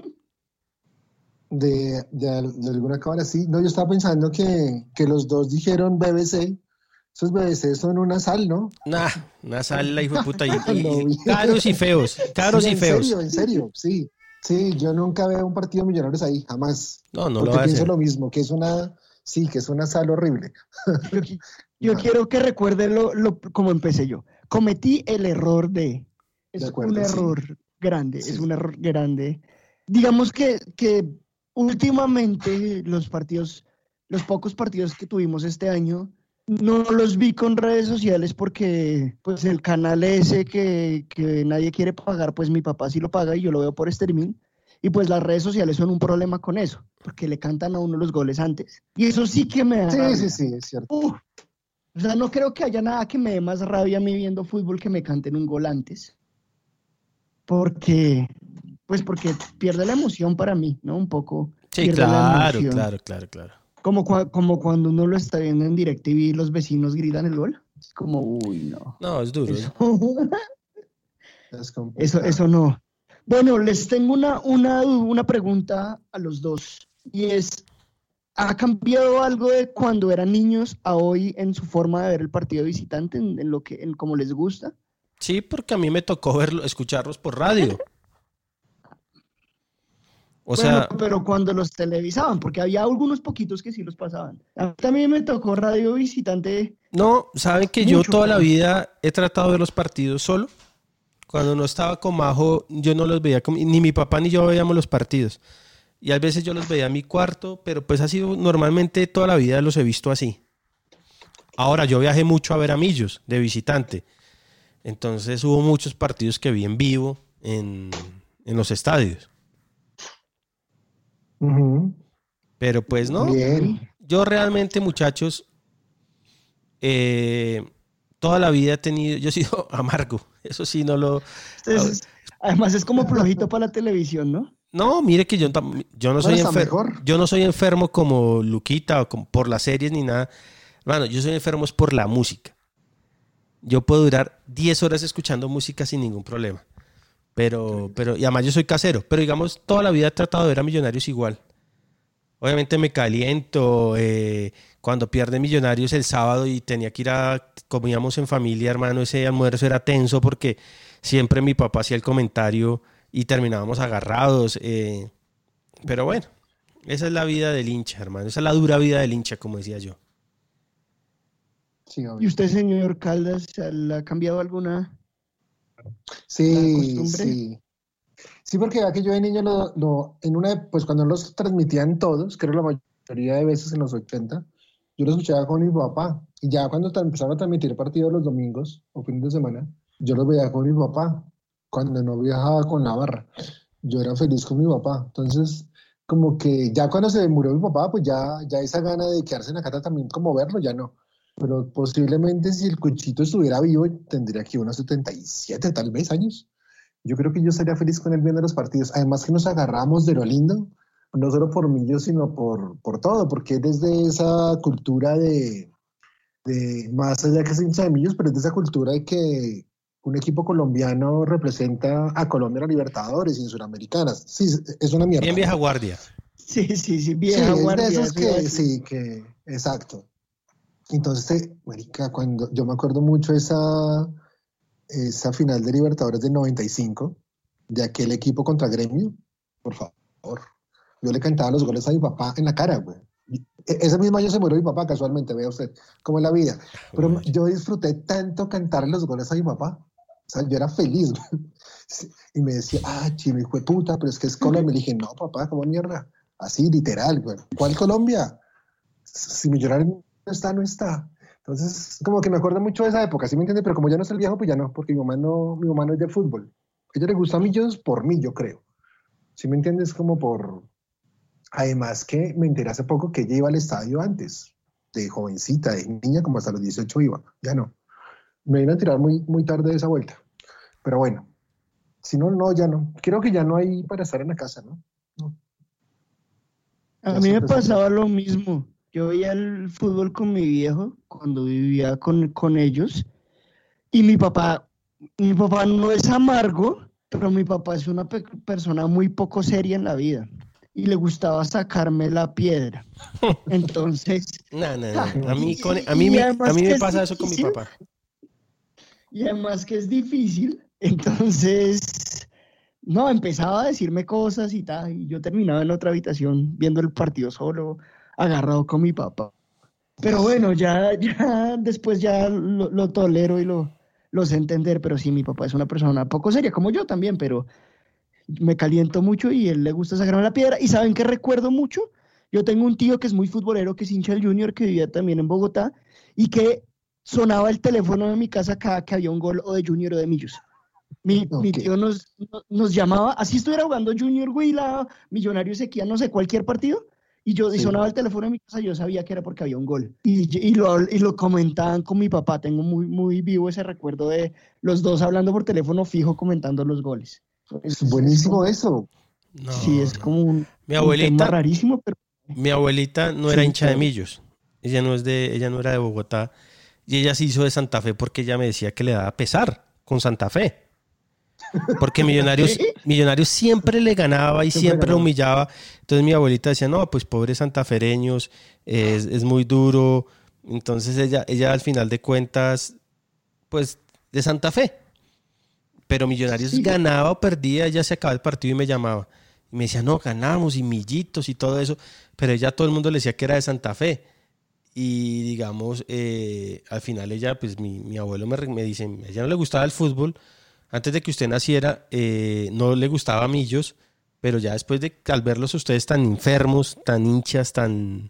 De alguna cámara, sí. No, yo estaba pensando que los 2 dijeron BBC. Esos BBC son una sal, ¿no? Una sal, la hijo de puta. Y caros y feos. Caros y feos. En serio, sí. Sí, yo nunca veo un partido de Millonarios ahí, jamás. No lo porque va a pienso hacer. lo mismo, que es una sal horrible. Yo quiero que recuerde cómo empecé yo. Cometí el error de... error grande, es un error grande. Digamos que últimamente los pocos partidos que tuvimos este año, no los vi con redes sociales porque pues el canal ese que nadie quiere pagar, pues mi papá sí lo paga y yo lo veo por streaming. Y pues las redes sociales son un problema con eso, porque le cantan a uno los goles antes. Y eso sí que me da rabia. Sí, es cierto. O sea, no creo que haya nada que me dé más rabia a mí viendo fútbol que me canten un gol antes. Porque pierde la emoción para mí, ¿no? Un poco. Sí, claro. Como cuando uno lo está viendo en DirecTV y los vecinos gritan el gol. Es como, uy, no. No, es duro. Eso no. Bueno, les tengo una pregunta a los dos. Y es, ¿ha cambiado algo de cuando eran niños a hoy en su forma de ver el partido visitante, en cómo les gusta? Sí, porque a mí me tocó escucharlos por radio. O sea, pero cuando los televisaban, porque había algunos poquitos que sí los pasaban. A mí también me tocó radio visitante. No, saben que yo toda la vida he tratado de ver los partidos solo. Cuando no estaba con Majo, yo no los veía, ni mi papá ni yo veíamos los partidos. Y a veces yo los veía en mi cuarto, pero pues ha sido, normalmente toda la vida los he visto así. Ahora, yo viajé mucho a ver a Millos de visitante. Entonces hubo muchos partidos que vi en vivo en los estadios. Uh-huh. Pero pues no. Bien. Yo realmente, muchachos, toda la vida he tenido, yo he sido amargo. Eso sí, no lo... Además es como flojito para la televisión, ¿no? No, mire que yo no soy enfermo. Yo no soy enfermo como Luquita o por las series ni nada. Bueno, yo soy enfermo es por la música. Yo puedo durar 10 horas escuchando música sin ningún problema. Pero, y además yo soy casero. Pero digamos, toda la vida he tratado de ver a Millonarios igual. Obviamente me caliento. Cuando pierde Millonarios el sábado y tenía que comíamos en familia, hermano, ese almuerzo era tenso porque siempre mi papá hacía el comentario y terminábamos agarrados. Pero bueno, esa es la vida del hincha, hermano. Esa es la dura vida del hincha, como decía yo. Sí, ¿y usted, señor Caldas, le ha cambiado alguna costumbre? Sí, porque ya que yo de niño pues cuando los transmitían todos, creo la mayoría de veces en los 80, yo los escuchaba con mi papá. Y ya cuando empezaron a transmitir partidos los domingos o fines de semana, yo los veía con mi papá. Cuando no viajaba con la barra, yo era feliz con mi papá. Entonces, como que ya cuando se murió mi papá, pues ya esa gana de quedarse en la casa también, como verlo, ya no. Pero posiblemente si el Cuchito estuviera vivo, tendría aquí unos 77 tal vez años. Yo creo que yo estaría feliz con él viendo los partidos. Además que nos agarramos de lo lindo, no solo por Millos, sino por todo, porque es desde esa cultura de más allá que es hincha de Millos, pero es de esa cultura de que un equipo colombiano representa a Colombia en la Libertadores y en Suramericanas. Sí, es una mierda. Bien vieja guardia. Sí, vieja guardia. Es de esos que exacto. Entonces, marica, cuando yo me acuerdo mucho esa final de Libertadores del 95, de aquel equipo contra Gremio, por favor. Yo le cantaba los goles a mi papá en la cara, güey. Ese mismo año se murió mi papá, casualmente, vea usted, cómo es la vida. Pero yo disfruté tanto cantar los goles a mi papá. O sea, yo era feliz, güey. Y me decía, chino, hijo de puta, pero es que es Colombia. Le dije, no, papá, ¿cómo mierda? Así, literal, güey. ¿Cuál Colombia? Si Millonarios no está. Entonces, como que me acuerdo mucho de esa época, ¿sí me entiende? Pero como ya no es el viejo, pues ya no, porque mi mamá no es de fútbol. A ella le gusta a Millos por mí, yo creo. ¿Sí me entiendes? Como por... Además que me enteré hace poco que ella iba al estadio antes, de jovencita, de niña, como hasta los 18 iba. Ya no. Me vino a tirar muy, muy tarde de esa vuelta. Pero bueno, si no, ya no. Creo que ya no hay para estar en la casa, ¿no? A mí me pasaba lo mismo. Yo veía el fútbol con mi viejo cuando vivía con ellos. Y mi papá no es amargo, pero mi papá es una persona muy poco seria en la vida. Y le gustaba sacarme la piedra. Entonces... No. A mí me pasa eso con mi papá. Y además que es difícil, entonces... No, empezaba a decirme cosas y tal, y yo terminaba en otra habitación viendo el partido solo, agarrado con mi papá. Pero bueno, ya después ya lo tolero y lo sé entender, pero sí, mi papá es una persona poco seria, como yo también, pero me caliento mucho y a él le gusta sacarme la piedra. ¿Y saben qué recuerdo mucho? Yo tengo un tío que es muy futbolero, que es hincha del Junior, que vivía también en Bogotá, y que sonaba el teléfono de mi casa cada que había un gol o de Junior o de Millos. Mi tío nos llamaba, así estuviera jugando Junior, Huila, Millonarios, Sequía, no sé, cualquier partido, y sonaba el teléfono de mi casa, yo sabía que era porque había un gol. Y lo comentaban con mi papá, tengo muy, muy vivo ese recuerdo de los dos hablando por teléfono fijo comentando los goles. Es buenísimo eso. No, sí, es como un tema rarísimo, pero... Mi abuelita no era hincha de Millos, ella no era de Bogotá, y ella se hizo de Santa Fe porque ella me decía que le daba pesar con Santa Fe. Porque Millonarios siempre le ganaba y siempre lo humillaba. Entonces mi abuelita decía, no, pues pobres santafereños, es muy duro. Entonces ella al final de cuentas, pues de Santa Fe. Pero Millonarios ganaba o perdía, ella se acababa el partido y me llamaba. Y me decía, no, ganamos, y Millitos y todo eso, pero ya todo el mundo le decía que era de Santa Fe. Y digamos, al final ella, pues mi abuelo me dice, a ella no le gustaba el fútbol, antes de que usted naciera, no le gustaba Millos, pero ya después de al verlos ustedes tan enfermos, tan hinchas, tan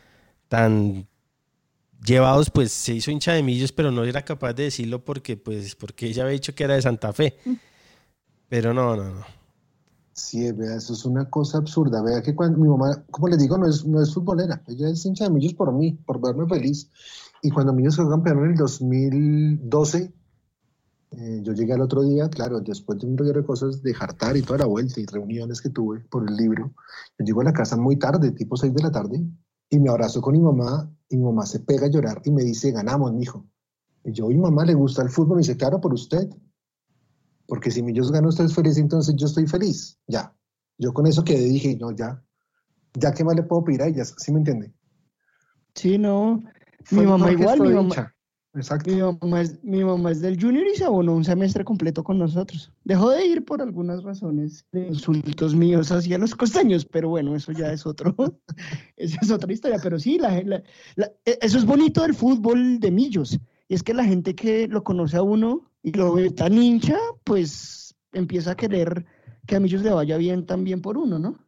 llevados, pues se hizo hincha de Millos, pero no era capaz de decirlo porque ella había dicho que era de Santa Fe. Pero no. Sí, vea, eso es una cosa absurda. Vea que cuando mi mamá, como les digo, no es futbolera. Ella es hincha de Millos por mí, por verme feliz. Y cuando Millos fue campeón en el 2012, yo llegué al otro día, claro, después de un rollo de cosas de jartar y toda la vuelta y reuniones que tuve por el libro. Yo llego a la casa muy tarde, tipo 6 de la tarde, y me abrazo con mi mamá, y mi mamá se pega a llorar y me dice, ganamos, mijo. Y yo, ¿y mamá le gusta el fútbol? Y me dice, claro, por usted. Porque si Millos gana, usted es feliz, entonces yo estoy feliz. Ya. Yo con eso quedé, dije, no, ya qué más le puedo pedir a ellas, ¿sí me entiende? Sí, no. Mi mamá igual, mi mamá. Hincha. Exacto. Mi mamá es del Junior y se abonó un semestre completo con nosotros. Dejó de ir por algunas razones de insultos míos hacia los costeños, pero bueno, eso ya es esa es otra historia. Pero sí, eso es bonito del fútbol de Millos. Y es que la gente que lo conoce a uno y lo ve tan hincha, pues empieza a querer que a Millos le vaya bien también por uno, ¿no?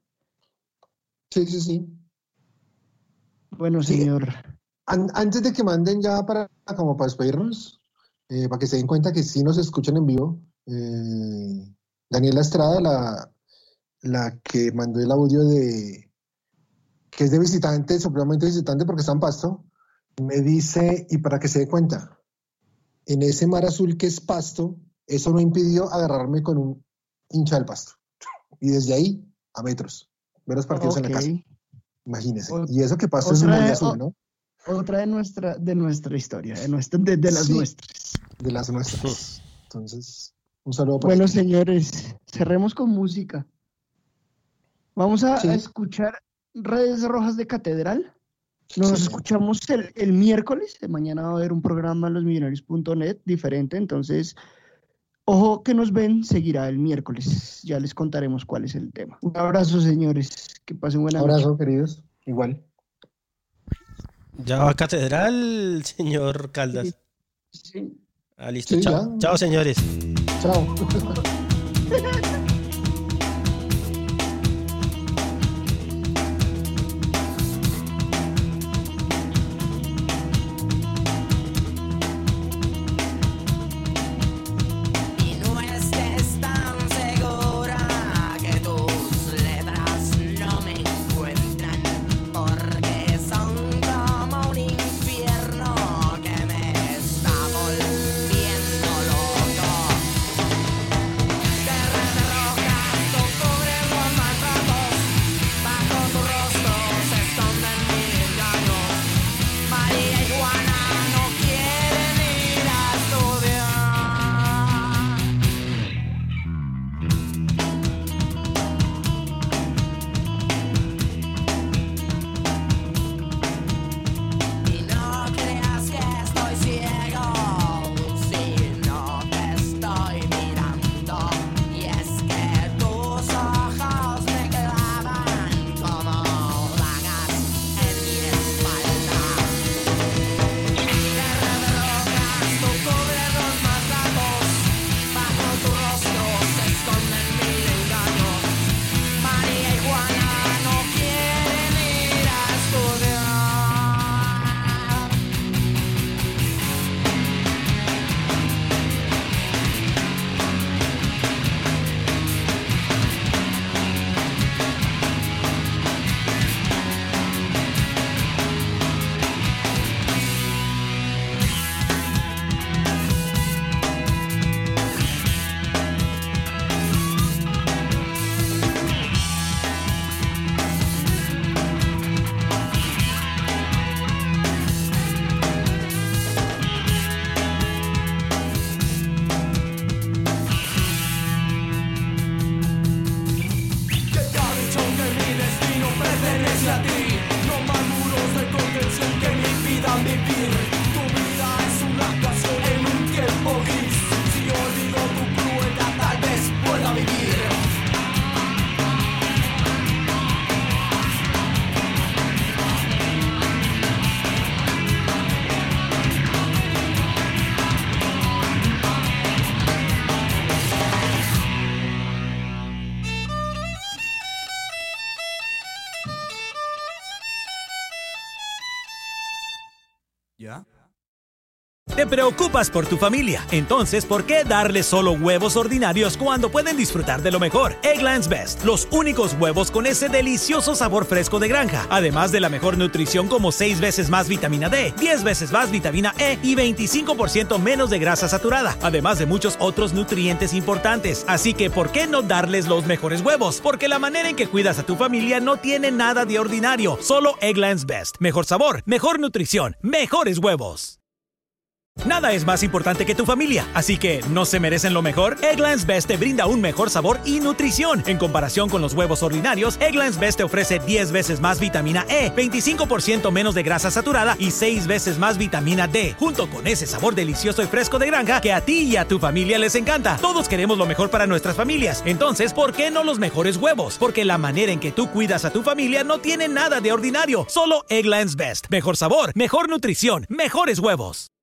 Sí. Bueno, señor. Antes de que manden ya para despedirnos, para que se den cuenta que sí nos escuchan en vivo, Daniela Estrada, la que mandó el audio que es de visitante, supremamente visitante porque está en Pasto, me dice, y para que se dé cuenta, en ese mar azul que es Pasto, eso no impidió agarrarme con un hincha del Pasto. Y desde ahí, a metros, ver los partidos en la casa. Imagínese. Y eso que Pasto es muy azul, ¿no? Otra de nuestra historia, de las nuestras. De las nuestras. Entonces, un saludo para Bueno, señores, cerremos con música. Vamos a escuchar Redes Rojas de Catedral. Nos escuchamos el miércoles. Mañana va a haber un programa en losmillonarios.net diferente. Entonces, ojo que nos ven, seguirá el miércoles. Ya les contaremos cuál es el tema. Un abrazo, señores. Que pasen buena noche. Un abrazo, queridos. Igual. ¿Ya va a Catedral, señor Caldas? Sí. Listo. Sí, chao. Ya. Chao, señores. Chao. ¿Ya? Te preocupas por tu familia, entonces ¿por qué darles solo huevos ordinarios cuando pueden disfrutar de lo mejor? Eggland's Best, los únicos huevos con ese delicioso sabor fresco de granja, además de la mejor nutrición como 6 veces más vitamina D, 10 veces más vitamina E y 25% menos de grasa saturada, además de muchos otros nutrientes importantes. Así que ¿por qué no darles los mejores huevos? Porque la manera en que cuidas a tu familia no tiene nada de ordinario, solo Eggland's Best. Mejor sabor, mejor nutrición, mejores huevos. Nada es más importante que tu familia, así que ¿no se merecen lo mejor? Eggland's Best te brinda un mejor sabor y nutrición. En comparación con los huevos ordinarios, Eggland's Best te ofrece 10 veces más vitamina E, 25% menos de grasa saturada y 6 veces más vitamina D, junto con ese sabor delicioso y fresco de granja que a ti y a tu familia les encanta. Todos queremos lo mejor para nuestras familias, entonces ¿por qué no los mejores huevos? Porque la manera en que tú cuidas a tu familia no tiene nada de ordinario, solo Eggland's Best. Mejor sabor, mejor nutrición, mejores huevos.